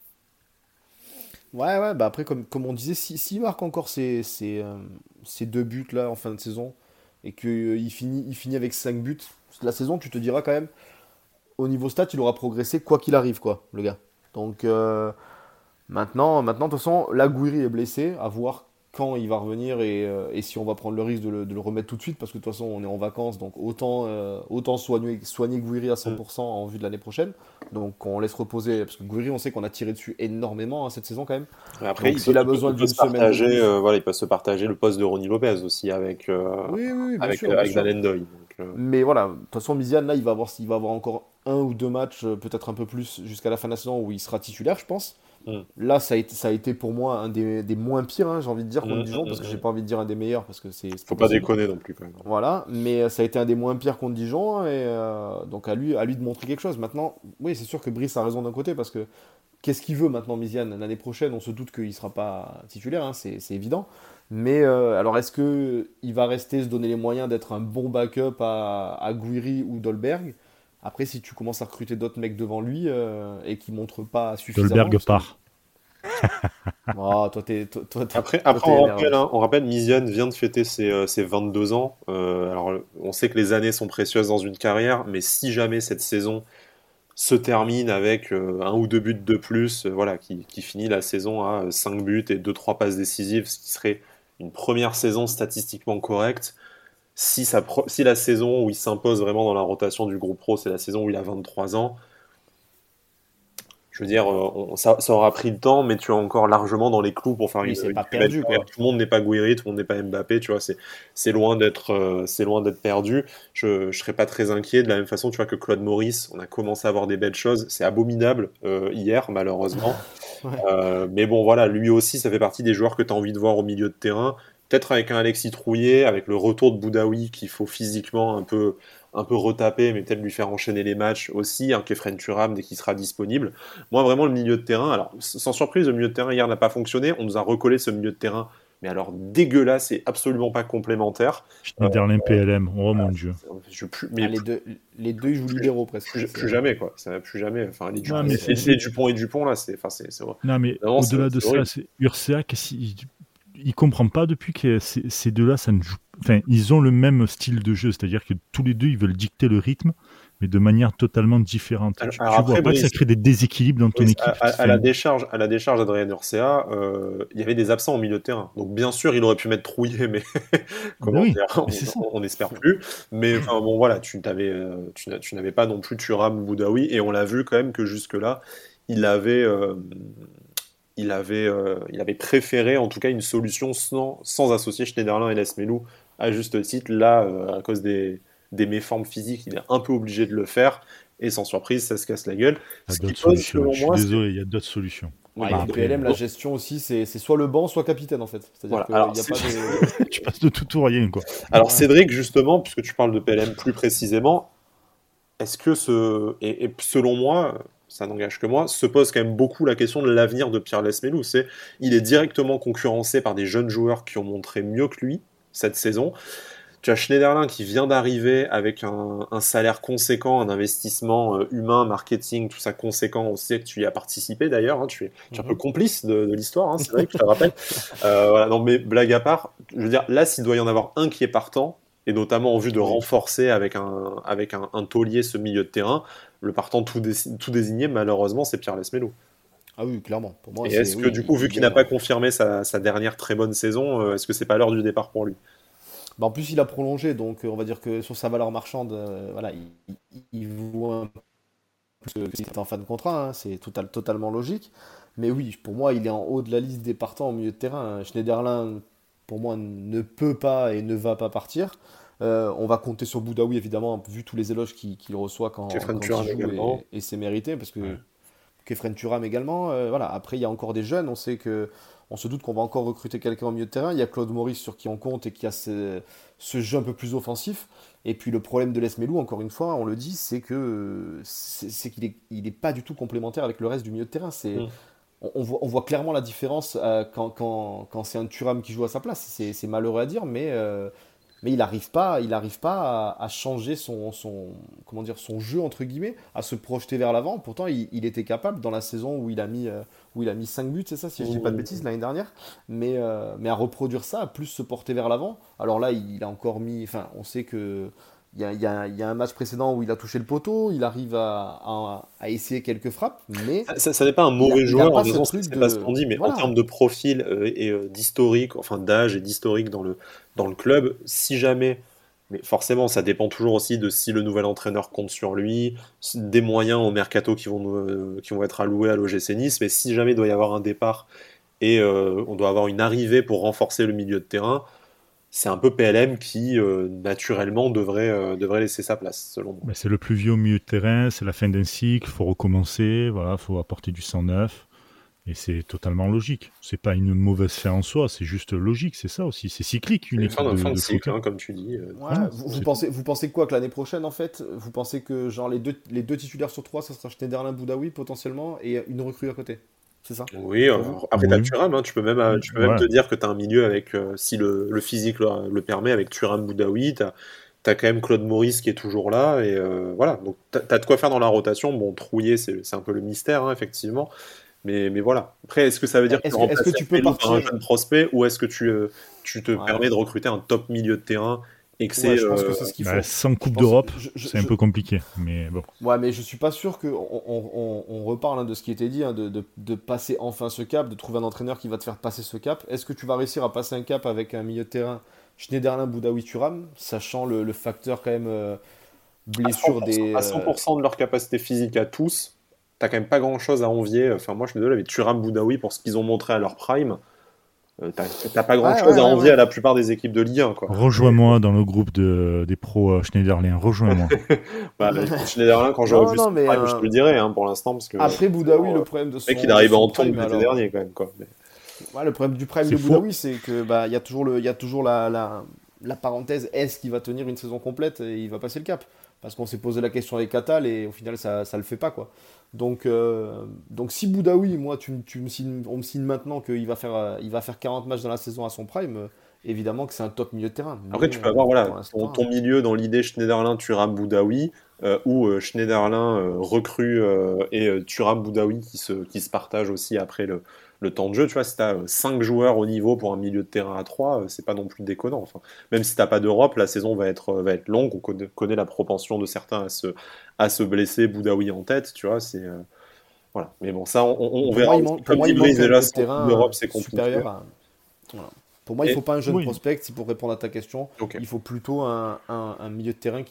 Ouais, ouais, bah après, comme on disait, s'il marque encore ces deux buts là en fin de saison et qu'il finit avec 5 buts, la saison, tu te diras quand même, au niveau stat, il aura progressé quoi qu'il arrive, quoi, le gars. Donc maintenant, de toute façon, là, Gouiri est blessé, à voir quand il va revenir et si on va prendre le risque de le remettre tout de suite parce que de toute façon on est en vacances donc autant soigner Gouiri à 100% en vue de l'année prochaine. Donc on laisse reposer parce que Gouiri on sait qu'on a tiré dessus énormément cette saison quand même. Après, Donc s'il a besoin d'une semaine de plus. Il peut se partager le poste de Ronny Lopez aussi Oui, bien sûr, avec Dalen Doy. Donc, Mais voilà, de toute façon, Miziane, là, il va avoir encore un ou deux matchs, peut-être un peu plus, jusqu'à la fin de la saison où il sera titulaire, je pense. Mm. Là, ça a été pour moi un des moins pires, hein, j'ai envie de dire, contre Dijon, parce que j'ai pas envie de dire un des meilleurs, parce que c'est Faut pas possible. déconner non plus quand même. Voilà, mais ça a été un des moins pires contre Dijon, et donc à lui de montrer quelque chose. Maintenant, oui, c'est sûr que Brice a raison d'un côté, parce que qu'est-ce qu'il veut maintenant, Miziane? L'année prochaine, on se doute qu'il sera pas titulaire, hein, c'est évident. Mais alors, est-ce que il va rester se donner les moyens d'être un bon backup à Gouiri ou Dolberg? Après, si tu commences à recruter d'autres mecs devant lui et qui montrent pas suffisamment. Dolberg part. Oh, Après, toi, t'es énervé. on rappelle, Miziane vient de fêter ses 22 ans. Alors, on sait que les années sont précieuses dans une carrière, mais si jamais cette saison se termine avec un ou deux buts de plus, voilà, qui finit la saison à 5 buts et deux trois passes décisives, ce qui serait une première saison statistiquement correcte. Si la saison où il s'impose vraiment dans la rotation du groupe pro, c'est la saison où il a 23 ans, je veux dire, ça aura pris le temps, mais tu es encore largement dans les clous pour faire Oui, c'est une pas perdu, carrière. quoi. Tout le monde n'est pas Guiri, tout le monde n'est pas Mbappé, tu vois, c'est loin d'être perdu. Je serais pas très inquiet de la même façon, tu vois, que Claude Maurice, on a commencé à voir des belles choses. C'est abominable hier, malheureusement. Ouais. Mais bon, voilà, lui aussi, ça fait partie des joueurs que tu as envie de voir au milieu de terrain. Peut-être avec un Alexis Trouillet, avec le retour de Boudaoui qu'il faut physiquement un peu retaper, mais peut-être lui faire enchaîner les matchs aussi, un Kefren Turam dès qu'il sera disponible. Moi, vraiment, le milieu de terrain, alors sans surprise, le milieu de terrain hier n'a pas fonctionné. On nous a recollé ce milieu de terrain, mais alors dégueulasse et absolument pas complémentaire. Euh, Schneiderlin PLM, oh mon Dieu. Ah, mais les deux, ils jouent libéraux presque. plus jamais, quoi. Ça va plus jamais. Enfin, Non, mais les Dupont et Dupont, là, non, mais vraiment, au-delà de c'est ça, horrible. c'est Urceac, il comprend pas depuis que ces deux-là, ça ne joue. Enfin, ils ont le même style de jeu, c'est-à-dire que tous les deux, ils veulent dicter le rythme, mais de manière totalement différente. Alors, Tu alors vois après, pas que ça crée des déséquilibres dans ton Brice, équipe. la Enfin, à la décharge d'Adrien Urcea, il y avait des absents au milieu de terrain. Donc bien sûr, il aurait pu mettre Trouillet, mais ben comment oui, dire, mais c'est ça. on n'espère plus. Mais enfin, bon, voilà, tu n'avais pas non plus Thuram ou Boudaoui, et on l'a vu quand même que jusque-là, il avait, euh, il avait préféré en tout cas une solution sans associer Schneiderlin et Lesmelou à juste titre. Là, à cause des méformes physiques, il est un peu obligé de le faire. Et sans surprise, ça se casse la gueule. Il y a Ce qui d'autres pose, solutions. selon Je suis moi, désolé, il y a d'autres solutions. Oui, Bah, et après, PLM, la gestion aussi, c'est soit le banc, soit capitaine en fait. C'est-à-dire voilà. qu'il n'y a pas de. tu passes de tout ou rien, quoi. Alors Ouais. Cédric, justement, puisque tu parles de PLM plus précisément, et selon moi, ça n'engage que moi, se pose quand même beaucoup la question de l'avenir de Pierre Lesmelou. Il est directement concurrencé par des jeunes joueurs qui ont montré mieux que lui cette saison. Tu as Schneiderlin qui vient d'arriver avec un salaire conséquent, un investissement humain, marketing, tout ça conséquent. On sait que tu y as participé d'ailleurs, hein, tu es un peu Mhm. complice de l'histoire, hein, c'est vrai que je te rappelle. Voilà, non, mais blague à part, je veux dire, là, s'il doit y en avoir un qui est partant, et notamment en vue de Oui. renforcer avec un taulier ce milieu de terrain, le partant tout désigné, malheureusement, c'est Pierre Lesmelou. Ah oui, clairement. Pour moi, Et c'est. est-ce que Oui, du coup, vu il qu'il n'a pas doit. confirmé sa dernière très bonne saison, est-ce que c'est pas l'heure du départ pour lui? Bah, en plus, il a prolongé, donc on va dire que sur sa valeur marchande, voilà, il vaut un peu plus que s'il était en fin de contrat, hein, c'est totalement logique. Mais oui, pour moi, il est en haut de la liste des partants au milieu de terrain, hein. Schneiderlin, pour moi, ne peut pas et ne va pas partir. On va compter sur Boudaoui, évidemment, vu tous les éloges qu'il reçoit Kefren quand il Turam joue, également. et c'est mérité, parce Ouais. que Kefren Turam également. Voilà. Après, il y a encore des jeunes. On se doute qu'on va encore recruter quelqu'un au milieu de terrain. Il y a Claude Maurice sur qui on compte et qui a ce jeu un peu plus offensif. Et puis le problème de Lesmelou, encore une fois, on le dit, c'est qu'il est pas du tout complémentaire avec le reste du milieu de terrain. Mm. On voit clairement la différence quand c'est un Thuram qui joue à sa place. C'est malheureux à dire, mais il arrive pas à changer comment dire, son jeu, entre guillemets, à se projeter vers l'avant. Pourtant, il était capable dans la saison où il a mis 5 buts, c'est ça, si je dis pas de Mm. bêtises, l'année dernière. Mais à reproduire ça, à plus se porter vers l'avant. Alors là, il a encore mis. Enfin, on sait que y a un match précédent où il a touché le poteau, il arrive à essayer quelques frappes, mais Ça n'est pas un mauvais il a joueur, pas en ce raison, truc c'est pas ce de... qu'on dit, mais en Voilà. termes de profil d'historique, enfin d'âge et d'historique dans le club, si jamais, mais forcément, ça dépend toujours aussi de si le nouvel entraîneur compte sur lui, des moyens au mercato qui vont être alloués à l'OGC Nice, mais si jamais il doit y avoir un départ et on doit avoir une arrivée pour renforcer le milieu de terrain, c'est un peu PLM qui, naturellement, devrait laisser sa place, selon moi. Ben, c'est le plus vieux au milieu de terrain, c'est la fin d'un cycle, il faut recommencer, voilà, faut apporter du sang neuf. Et c'est totalement logique. C'est pas une mauvaise fin en soi, c'est juste logique, c'est ça aussi. C'est cyclique une C'est équipe fin de de cycle, foot. hein, comme tu dis. Ouais, Voilà, vous pensez quoi que l'année prochaine, en fait, vous pensez que genre les deux titulaires sur trois, ça sera Schneiderlin Boudaoui potentiellement et une recrue à côté? C'est ça? Oui, Pour vous? après, tu as Oui. Thuram, hein, tu peux même Voilà. te dire que tu as un milieu avec, si le physique le permet, avec Thuram Boudaoui, tu as quand même Claude Maurice qui est toujours là, et voilà. Donc, tu as de quoi faire dans la rotation. Bon, Trouillet, c'est un peu le mystère, hein, effectivement. Mais voilà. Après, est-ce que ça veut dire que tu Est-ce que remplaces tu peux Hervé par un partir? jeune prospect, ou est-ce que tu te Ouais, permets de recruter un top milieu de terrain et que ouais, c'est. je pense que c'est ce qu'il Ben, faut. sans Je Coupe pense, d'Europe, je, je- c'est un je- peu compliqué. Mais bon. Ouais, mais je suis pas sûr que on reparle hein, de ce qui était dit, hein, de passer enfin ce cap, de trouver un entraîneur qui va te faire passer ce cap. Est-ce que tu vas réussir à passer un cap avec un milieu de terrain Schneiderlin, Boudaoui, Thuram, sachant le facteur quand même blessure des. À 100% de leur capacité physique à tous, t'as quand même pas grand-chose à envier. Enfin, moi, je suis désolé, avec Thuram Boudaoui, pour ce qu'ils ont montré à leur prime, t'as pas Ouais, grand-chose ouais, à ouais, envier ouais. à la plupart des équipes de Ligue 1, quoi. Rejoins-moi dans le groupe des pros Schneiderlin. Rejoins-moi. Bah, Schneiderlin, quand j'aurai Non, vu non, son mais prime, je te le dirai, hein, pour l'instant, parce que après Boudaoui, le problème le mec, il est arrivé de en son tombe prime, l'été dernier, quand même, quoi. ouais, le problème du prime C'est de faux. Boudaoui, c'est que bah il y a toujours la parenthèse est-ce qu'il va tenir une saison complète et il va passer le cap parce qu'on s'est posé la question avec Catal et au final ça le fait pas quoi. Donc si Boudaoui, moi on me signe maintenant qu'il il va faire 40 matchs dans la saison à son prime, évidemment que c'est un top milieu de terrain. Après, Mais tu peux avoir pour voilà, l'instant, ton milieu dans l'idée Schneiderlin, Thuram, Boudaoui, ou Schneiderlin recrue et Thuram, Boudaoui qui se partagent aussi après le temps de jeu. Tu vois, si tu as 5 joueurs au niveau pour un milieu de terrain à 3, c'est pas non plus déconnant. Enfin, même si t'as pas d'Europe, la saison va être longue. On connaît la propension de certains à se blesser, Boudaoui en tête, tu vois. Voilà. Mais bon, ça, on pour moi verra il aussi. manque Comme dit un Brice, milieu déjà, de sans Coupe terrain d'Europe, c'est compliqué. supérieur à voilà. Pour moi, il Et, faut pas un jeune Oui. prospect, si pour répondre à ta question, ok. il faut plutôt un milieu de terrain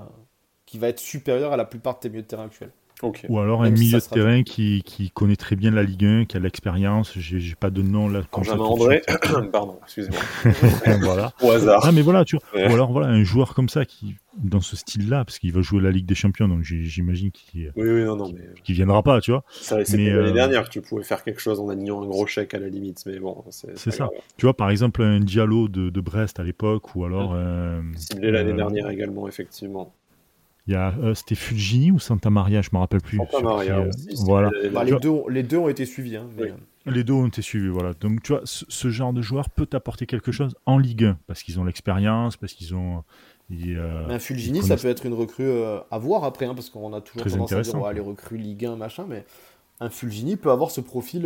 qui va être supérieur à la plupart de tes milieux de terrain actuels. Ok. Ou alors un Même si milieu ça de sera terrain qui connaît très bien la Ligue 1, qui a de l'expérience. J'ai pas de nom là comme ça Benjamin tout de André, suite. pardon, excusez-moi. Voilà. Au hasard. Ah mais voilà, tu vois. Ouais. Ou alors voilà un joueur comme ça qui dans ce style-là, parce qu'il va jouer la Ligue des Champions, donc j'imagine qu'il Oui, non, mais viendra pas, tu vois. c'était Mais l'année dernière que tu pouvais faire quelque chose en alignant un gros chèque à la limite, mais bon, c'est c'est pas ça. grave. Tu vois, par exemple, un Diallo de Brest à l'époque, ou alors Ciblé l'année dernière également, effectivement. il y a c'était Fulgini ou Santa Maria, je me rappelle plus. Santa sur Maria qui, aussi, ciblé voilà. l'année Bah, dernière. les deux ont été suivis. Hein, mais, Oui. Les deux ont été suivis, voilà. Donc tu vois, ce genre de joueur peut t'apporter quelque chose en Ligue 1, parce qu'ils ont l'expérience, parce qu'ils ont... mais un Fulgini, ils ça connaissent- peut être une recrue à voir après, hein, parce qu'on a toujours Très tendance à dire intéressant, ouais, les recrues Ligue 1, machin, mais un Fulgini peut avoir ce profil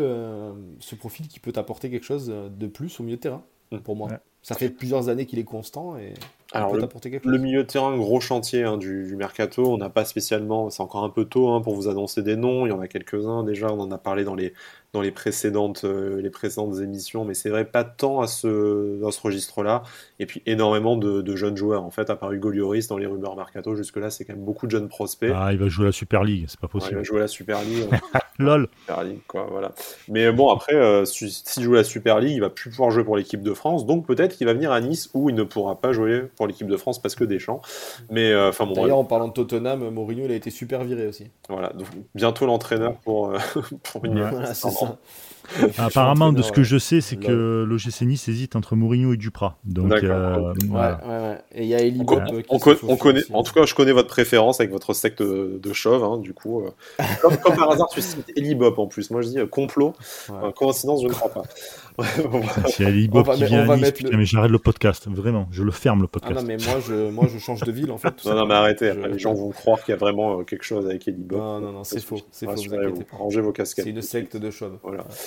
qui peut t'apporter quelque chose de plus au milieu de terrain, pour moi. Ouais. Ça fait plusieurs années qu'il est constant et il Alors, peut t'apporter quelque le chose. milieu de terrain, gros chantier hein, du mercato. On n'a pas spécialement, c'est encore un peu tôt hein, pour vous annoncer des noms. Il y en a quelques-uns déjà. On en a parlé dans les précédentes émissions, mais c'est vrai, pas tant dans ce registre-là. Et puis énormément de jeunes joueurs. En fait, à part Hugo Lloris dans les rumeurs mercato, jusque-là, c'est quand même beaucoup de jeunes prospects. Ah, il va jouer la Super League, c'est pas Ouais, il possible. va jouer à la Super League. LOL. Super League, quoi, voilà. Mais bon, après, s'il joue à la Super League, il va plus pouvoir jouer pour l'équipe de France. Donc peut-être qu'il va venir à Nice où il ne pourra pas jouer pour l'équipe de France parce que Deschamps. Mais enfin bon, D'ailleurs, en parlant de Tottenham, Mourinho, il a été super viré aussi. voilà. Donc, bientôt l'entraîneur pour une. Ouais. Voilà, c'est ça. Apparemment, de ce que Entraîneur, je sais, c'est lol. que l'OGC Nice hésite entre Mourinho et Duprat. Donc, D'accord. voilà. Ouais. Et il y a Eli On, Bop con- qui on se con- on faufile connaît, aussi, en hein. tout cas, je connais votre préférence avec votre secte de chauve, hein, du coup. Comme par hasard, tu cites Eli Bop en plus. Moi, je dis complot. Ouais. Coïncidence, je ne crois pas. Bon, S'il y a Libop qui vient on va à Nice, mettre putain, le- mais j'arrête le podcast. Vraiment, je le ferme le Ah non, podcast. mais moi je change de ville en fait. tout non, mais simplement. arrêtez. Je- Après, les gens vont croire qu'il y a vraiment quelque chose avec Eli Bop. Non, c'est faux. C'est faux, vous Rassurez-vous. inquiétez pas. Rangez vos casquettes. C'est une secte de chauve. Voilà.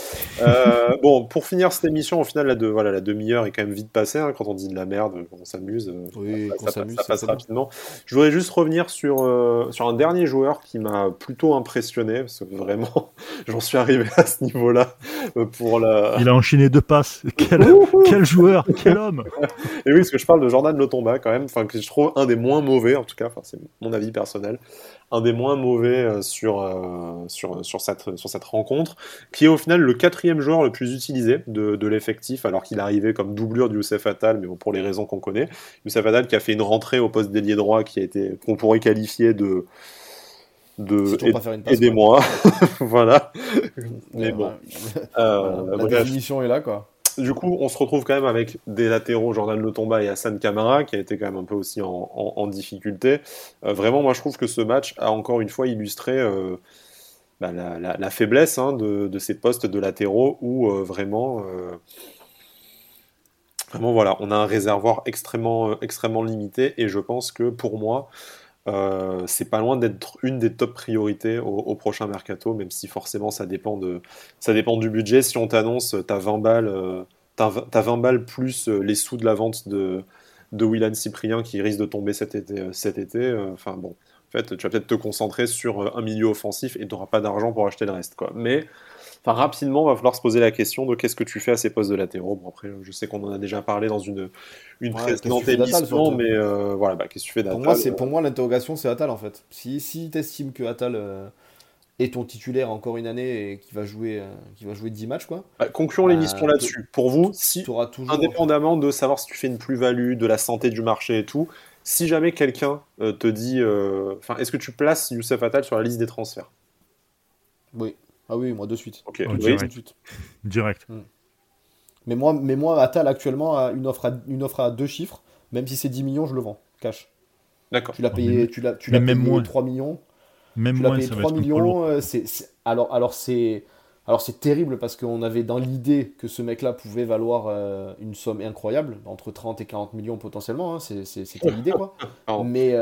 Bon, pour finir cette émission, au final, la demi-heure est quand même vite passée. Hein, quand on dit de la merde, on s'amuse. Oui, ça, qu'on ça s'amuse, passe c'est très rapidement. Je voudrais juste revenir sur un dernier joueur qui m'a plutôt impressionné, parce que vraiment, j'en suis arrivé à ce niveau-là pour la. Il a enchaîné 2 passes. Quel joueur, quel homme. Et oui, parce que je parle de Jordan Lotomba quand même, enfin que je trouve un des moins mauvais, en tout cas, enfin c'est mon avis personnel, un des moins mauvais sur cette rencontre, qui est au final le 4e joueur le plus utilisé de l'effectif, alors qu'il arrivait comme doublure de Youssef Attal, mais bon, pour les raisons qu'on connaît. Youssef Attal qui a fait une rentrée au poste d'ailier droit qu'on pourrait qualifier de Si tu veux pas faire une passe, aidez-moi, voilà. Mais Ouais, bon, la bref. définition est là, quoi. Du coup, on se retrouve quand même avec des latéraux, Jordan Lotomba et Hassan Camara, qui a été quand même un peu aussi en difficulté. Vraiment, moi, je trouve que ce match a encore une fois illustré la faiblesse de ces postes de latéraux où vraiment, voilà, on a un réservoir extrêmement limité. Et je pense que pour moi, c'est pas loin d'être une des top priorités au prochain mercato, même si forcément ça dépend du budget. Si on t'annonce t'as 20 balles, t'as 20 balles plus les sous de la vente de Willan Cyprien qui risque de tomber cet été, enfin bon, en fait, tu vas peut-être te concentrer sur un milieu offensif et tu n'auras pas d'argent pour acheter le reste, quoi. Mais rapidement, il va falloir se poser la question de qu'est-ce que tu fais à ces postes de latéraux. Bon, après, je sais qu'on en a déjà parlé dans une précédente émission, mais voilà, qu'est-ce que tu fais d'Attal Pour moi, l'interrogation, c'est Attal, en fait. Si tu estimes que Attal est ton titulaire encore une année et qu'il va jouer 10 matchs, quoi. Concluons l'émission là-dessus. Pour vous, toujours... indépendamment de savoir si tu fais une plus-value, de la santé du marché et tout, si jamais quelqu'un te dit... est-ce que tu places Youssef Attal sur la liste des transferts? Oui. Ah oui, moi de suite. Ok, Direct. Mais moi, Attal actuellement a une offre à 2 chiffres. Même si c'est 10 millions, je le vends. Cash. D'accord. Tu l'as payé, même moins. 3 millions. Même tu l'as moins, payé ça 3 va être millions. Alors c'est terrible parce qu'on avait dans l'idée que ce mec-là pouvait valoir une somme incroyable, entre 30 et 40 millions potentiellement. Hein, c'était l'idée, quoi. mais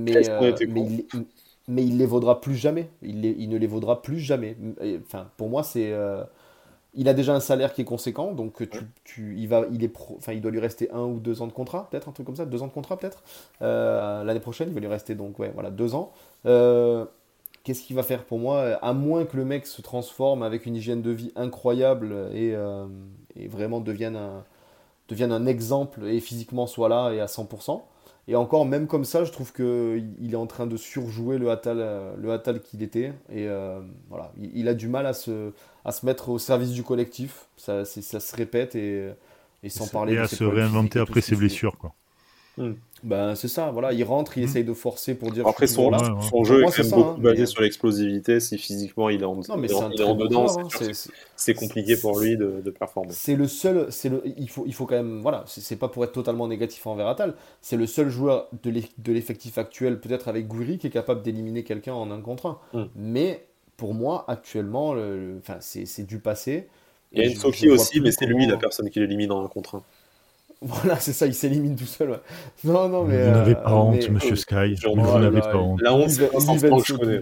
il les vaudra plus jamais. Il ne les vaudra plus jamais. Enfin, pour moi, il a déjà un salaire qui est conséquent, donc il doit lui rester 1 ou 2 ans de contrat, peut-être un truc comme ça, 2 ans de contrat peut-être. L'année prochaine, il va lui rester donc 2 ans. Qu'est-ce qu'il va faire pour moi? À moins que le mec se transforme avec une hygiène de vie incroyable et vraiment devienne un exemple et physiquement soit là et à 100%. Et encore, même comme ça, je trouve qu'il est en train de surjouer le Attal qu'il était. Et voilà, il a du mal à se mettre au service du collectif. Ça se répète et sans parler de ses à se réinventer après ses blessures, quoi. Ben, c'est ça, voilà, il rentre, il essaye de forcer pour dire après son jeu est quand même beaucoup basé sur l'explosivité. Si physiquement il est en dedans, c'est compliqué pour lui de performer. Il faut quand même, voilà, c'est pas pour être totalement négatif envers Attal, c'est le seul joueur de l'effectif actuel, peut-être avec Gouiri, qui est capable d'éliminer quelqu'un en 1 contre 1. Mais pour moi, actuellement, c'est du passé. Il y a Nsoki aussi, mais c'est lui la personne qui l'élimine en 1 contre 1. Voilà, c'est ça, il s'élimine tout seul. Ouais. Non, mais. Vous n'avez pas honte, monsieur Sky. Vous n'avez pas honte. La honte, c'est un sentiment que je connais.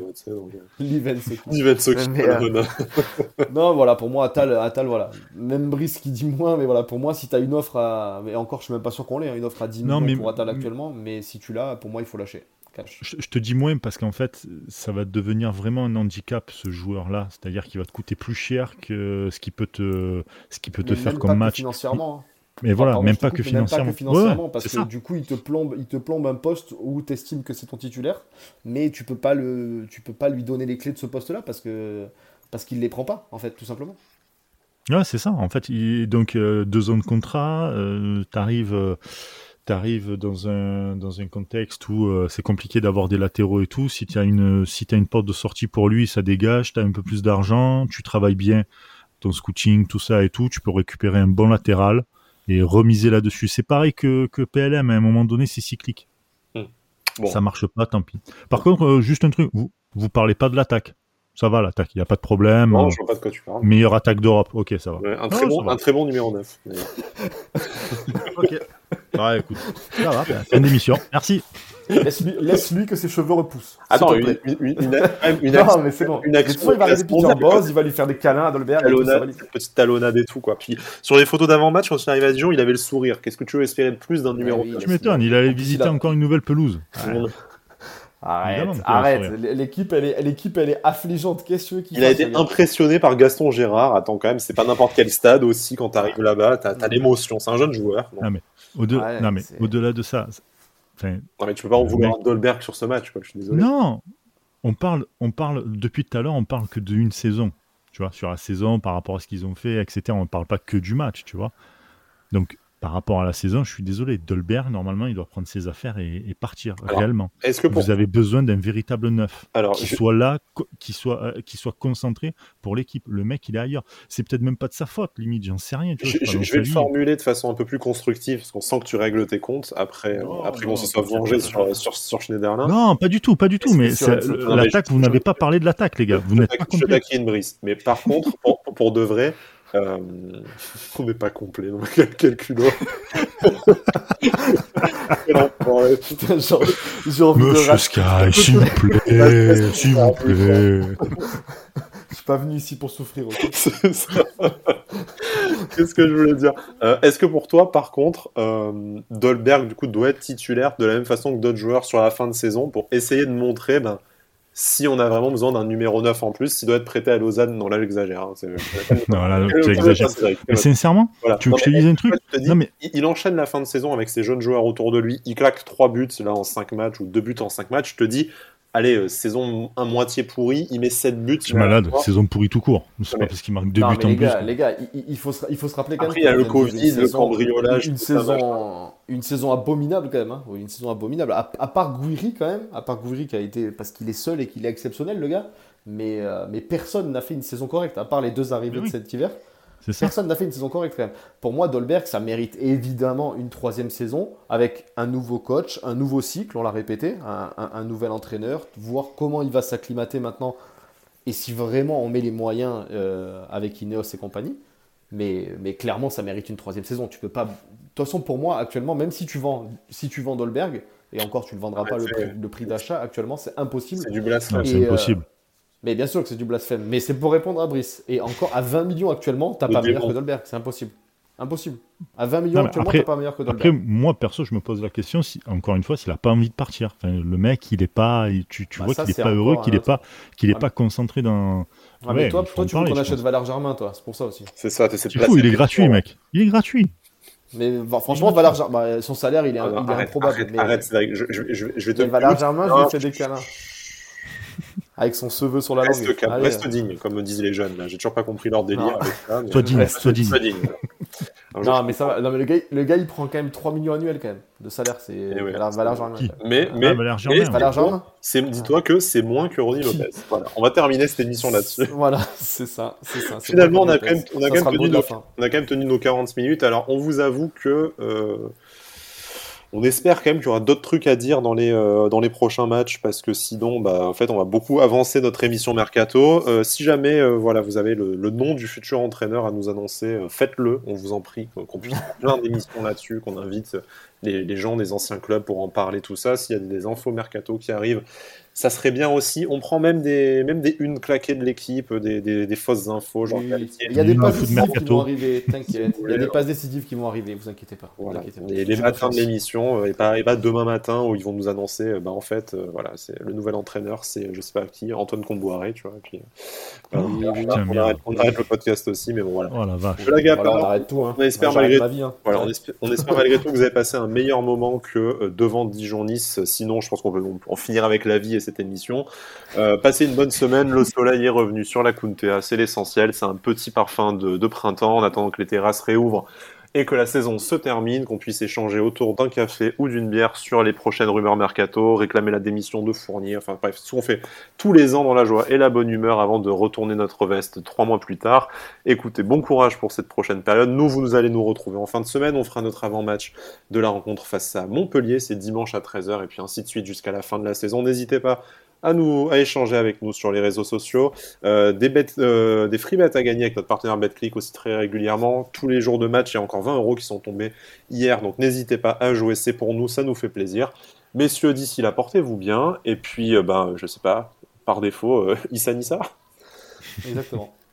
Non, voilà, pour moi, Attal, voilà. Même Brice qui dit moins, mais voilà, pour moi, si tu as une offre à. Mais encore, je suis même pas sûr qu'on l'ait, une offre à 10 millions pour Attal actuellement, mais si tu l'as, pour moi, il faut lâcher. Je te dis moins parce qu'en fait, ça va devenir vraiment un handicap, ce joueur-là. C'est-à-dire qu'il va te coûter plus cher que ce qu'il peut te faire comme match. Financièrement. Mais voilà, même pas que financièrement. Parce que du coup, il te plombe un poste où tu estimes que c'est ton titulaire, mais tu peux pas lui donner les clés de ce poste-là parce qu'il les prend pas, en fait, tout simplement. Ouais, c'est ça. En fait, donc 2 ans de contrat, t'arrives dans un contexte où c'est compliqué d'avoir des latéraux et tout. Si t'as une porte de sortie pour lui, ça dégage, t'as un peu plus d'argent, tu travailles bien ton scouting, tout ça et tout, tu peux récupérer un bon latéral et remiser là-dessus. C'est pareil que PLM, à un moment donné, c'est cyclique. Bon. Ça marche pas, tant pis. Par contre, juste un truc, vous parlez pas de l'attaque. Ça va, l'attaque, il n'y a pas de problème. Non, je vois pas de quoi tu parles. Meilleure attaque d'Europe, ok, ça va. Ouais, un très bon numéro 9. Ok. Ouais, écoute, ça va, fin d'émission. Merci. Laisse-lui que ses cheveux repoussent. Attends, s'il te plaît. une Non, mais c'est bon. une action Il va arriver Peter responsable. Bosz, il va lui faire des câlins à Dolberg. Et tout, ça va lui- Cette petite talonnade et tout, quoi. Puis sur les photos d'avant-match, quand il arrive à Dijon, il avait le sourire. Qu'est-ce que tu veux espérer de plus d'un numéro oui, 9? Tu m'étonnes, il allait En plus, visiter il a- encore une nouvelle pelouse. Arrête, Évidemment, arrête. tu vas L'équipe, elle est affligeante. Qu'est-ce que tu veux qu'il Il a fasse, été ce gars impressionné par Gaston Gérard. Attends, quand même, c'est pas n'importe quel stade aussi. Quand t'arrives là-bas, t'as l'émotion. C'est un jeune joueur. Donc, Ah, mais au-delà Ouais, c'est- au-delà de ça, enfin, non, mais tu peux pas en le vouloir mec- à Dolberg sur ce match, quoi. Je suis désolé. non, on parle depuis tout à l'heure, on parle que d'une saison, tu vois, sur la saison par rapport à ce qu'ils ont fait, etc. On parle pas que du match, tu vois. Donc, par rapport à la saison, je suis désolé, Dolberg, normalement, il doit prendre ses affaires et partir, Alors, réellement. Est-ce que pour Vous avez besoin d'un véritable neuf alors qui soit là, qui soit concentré pour l'équipe. Le mec, il est ailleurs. C'est peut-être même pas de sa faute, limite, j'en sais rien. Tu vois, je c'est pas dans vais sa le vie. formuler de façon un peu plus constructive, parce qu'on sent que tu règles tes comptes après Non, après non, qu'on se soit t'inquiète vengé pas. sur Schneiderlin. Non, pas du tout. Mais C'est sûr, non, mais l'attaque, vous n'avez pas parlé de l'attaque, les gars. Vous n'êtes pas Je complet. taquine Brice. Mais par contre, pour de vrai, on n'est pas complet. Donc, quel culot. Quel enfoiré. Putain, j'ai envie de Monsieur racheter. Sky, s'il vous plaît, s'il vous plaît. Je suis pas venu ici pour souffrir. Ok. C'est ça. Qu'est-ce que je voulais dire? Est-ce que pour toi, par contre, Dolberg du coup doit être titulaire de la même façon que d'autres joueurs sur la fin de saison pour essayer de montrer si on a vraiment besoin d'un numéro 9 en plus, s'il doit être prêté à Lausanne? Non, là j'exagère. Hein, Non, là, tu exagères. Mais sincèrement, Voilà. tu veux Non, que je te mais dise un truc? je te dis, Non, mais il enchaîne la fin de saison avec ses jeunes joueurs autour de lui. Il claque 3 buts là en 5 matchs ou 2 buts en 5 matchs. Je te dis, allez, saison un moitié pourrie, il met 7 buts. c'est malade, saison pourrie tout court. C'est Non, pas mais- parce qu'il marque 2 Non, buts mais en les plus. gars, les gars, il faut se rappeler quand Après, même. il y a le qu'on vient de Covid, vivre le cambriolage, Une tout ça, saison abominable quand même. Hein. Oui, une saison abominable. À part Gouiri quand même. À part Gouiri qui a été. Parce qu'il est seul et qu'il est exceptionnel, le gars. Mais personne n'a fait une saison correcte. À part les deux arrivées Oui. de cet hiver. C'est ça. Personne n'a fait une saison correcte quand même. Pour moi, Dolberg, ça mérite évidemment une troisième saison avec un nouveau coach, un nouveau cycle, on l'a répété, un nouvel entraîneur, voir comment il va s'acclimater maintenant et si vraiment on met les moyens avec Ineos et compagnie. Mais clairement, ça mérite une troisième saison. Tu peux pas. De toute façon, pour moi, actuellement, même si tu vends Dolberg, et encore, tu ne le vendras pas le prix d'achat, actuellement, c'est impossible. C'est du blasphème. Non, c'est Et, impossible. Mais bien sûr que c'est du blasphème. Mais c'est pour répondre à Brice. Et encore, à 20 millions actuellement, t'as Le pas meilleur démon. que Dolberg. C'est impossible. Impossible. À 20 millions Non, mais actuellement, après- t'as pas meilleur que Après, Dolberg. moi, perso, je me pose la question, si, encore une fois, s'il a pas envie de partir. Enfin, le mec, il est pas, tu Bah, vois ça, qu'il est c'est pas encore heureux, un qu'il est autre. pas Ouais. concentré dans. Ouais, mais Ouais, toi, il faut en tu veux parler, qu'on je achète pense. Valère Germain, toi. C'est pour ça aussi. C'est ça, t'essaies de C'est placer fou, il est des gratuit, gens. mec. Il est gratuit. Mais franchement, Valère Germain, son salaire, il est, Ah non, il est improbable. mais arrête, c'est vrai que je vais te. mais Valère Germain, je Non, lui fais des câlins. Avec son cheveu sur la langue. Reste calme, Allez, reste digne, comme me disent les jeunes. Là. J'ai toujours pas compris leur délire Non. avec ça. mais- Sois digne, Reste sois digne. Un jour, Non, mais ça va. Non, mais le gars, il prend quand même 3 millions annuels quand même de salaire. C'est Eh ouais. Valère Germain. Qui Mais, Ah, Valère Germain. mais Valère Germain. dis-toi que c'est moins que Ronny Lopez. Voilà, on va terminer cette émission là-dessus. Voilà, c'est ça. C'est Finalement, on a Lopez. quand même Ça sera le mot de la tenu fin. on a quand même tenu nos 40 minutes. Alors, on vous avoue que on espère quand même qu'il y aura d'autres trucs à dire dans les prochains matchs parce que sinon, en fait, on va beaucoup avancer notre émission Mercato. Si jamais, voilà, vous avez le nom du futur entraîneur à nous annoncer, faites-le, on vous en prie, qu'on puisse faire plein d'émissions là-dessus, qu'on invite les gens des anciens clubs pour en parler, tout ça. S'il y a des infos Mercato qui arrivent, ça serait bien aussi. On prend même des unes claquées de l'équipe, des fausses infos, genre Oui, Galtier. il y a des Mmh, passes foot décisives qui mercato. vont arriver, t'inquiète. Il y a des passes décisives qui vont arriver, vous inquiétez pas. Voilà, Vous inquiétez pas. les J'ai matins de confiance. l'émission, et pas demain matin où ils vont nous annoncer, en fait, voilà, c'est le nouvel entraîneur, c'est je sais pas qui, Antoine Comboiré, tu vois. Et puis, voilà, Oh, on- putain, on, merde. arrête le podcast aussi, mais bon, voilà. Oh la vache. Blague à Voilà, part, on arrête tout. Hein. on espère Moi, j'arrête malgré ma vie. Hein. voilà, on espère malgré tout que vous avez passé un meilleur moment que devant Dijon-Nice. Sinon, je pense qu'on peut en finir avec la vie et cette émission. Passez une bonne semaine. Le soleil est revenu sur la Kuntea. C'est l'essentiel. C'est un petit parfum de printemps en attendant que les terrasses réouvrent et que la saison se termine, qu'on puisse échanger autour d'un café ou d'une bière sur les prochaines rumeurs mercato, réclamer la démission de Fournier. Enfin bref, ce qu'on fait tous les ans dans la joie et la bonne humeur avant de retourner notre veste 3 mois plus tard. Écoutez, bon courage pour cette prochaine période. Vous allez nous retrouver en fin de semaine. On fera notre avant-match de la rencontre face à Montpellier. C'est dimanche à 13h et puis ainsi de suite jusqu'à la fin de la saison. N'hésitez pas à échanger avec nous sur les réseaux sociaux. Des free bets à gagner avec notre partenaire BetClick aussi très régulièrement. Tous les jours de match, il y a encore 20 € qui sont tombés hier. Donc n'hésitez pas à jouer. C'est pour nous, ça nous fait plaisir. Messieurs, d'ici là, portez-vous bien. Et puis, je sais pas, par défaut, Issa Nissa. Exactement.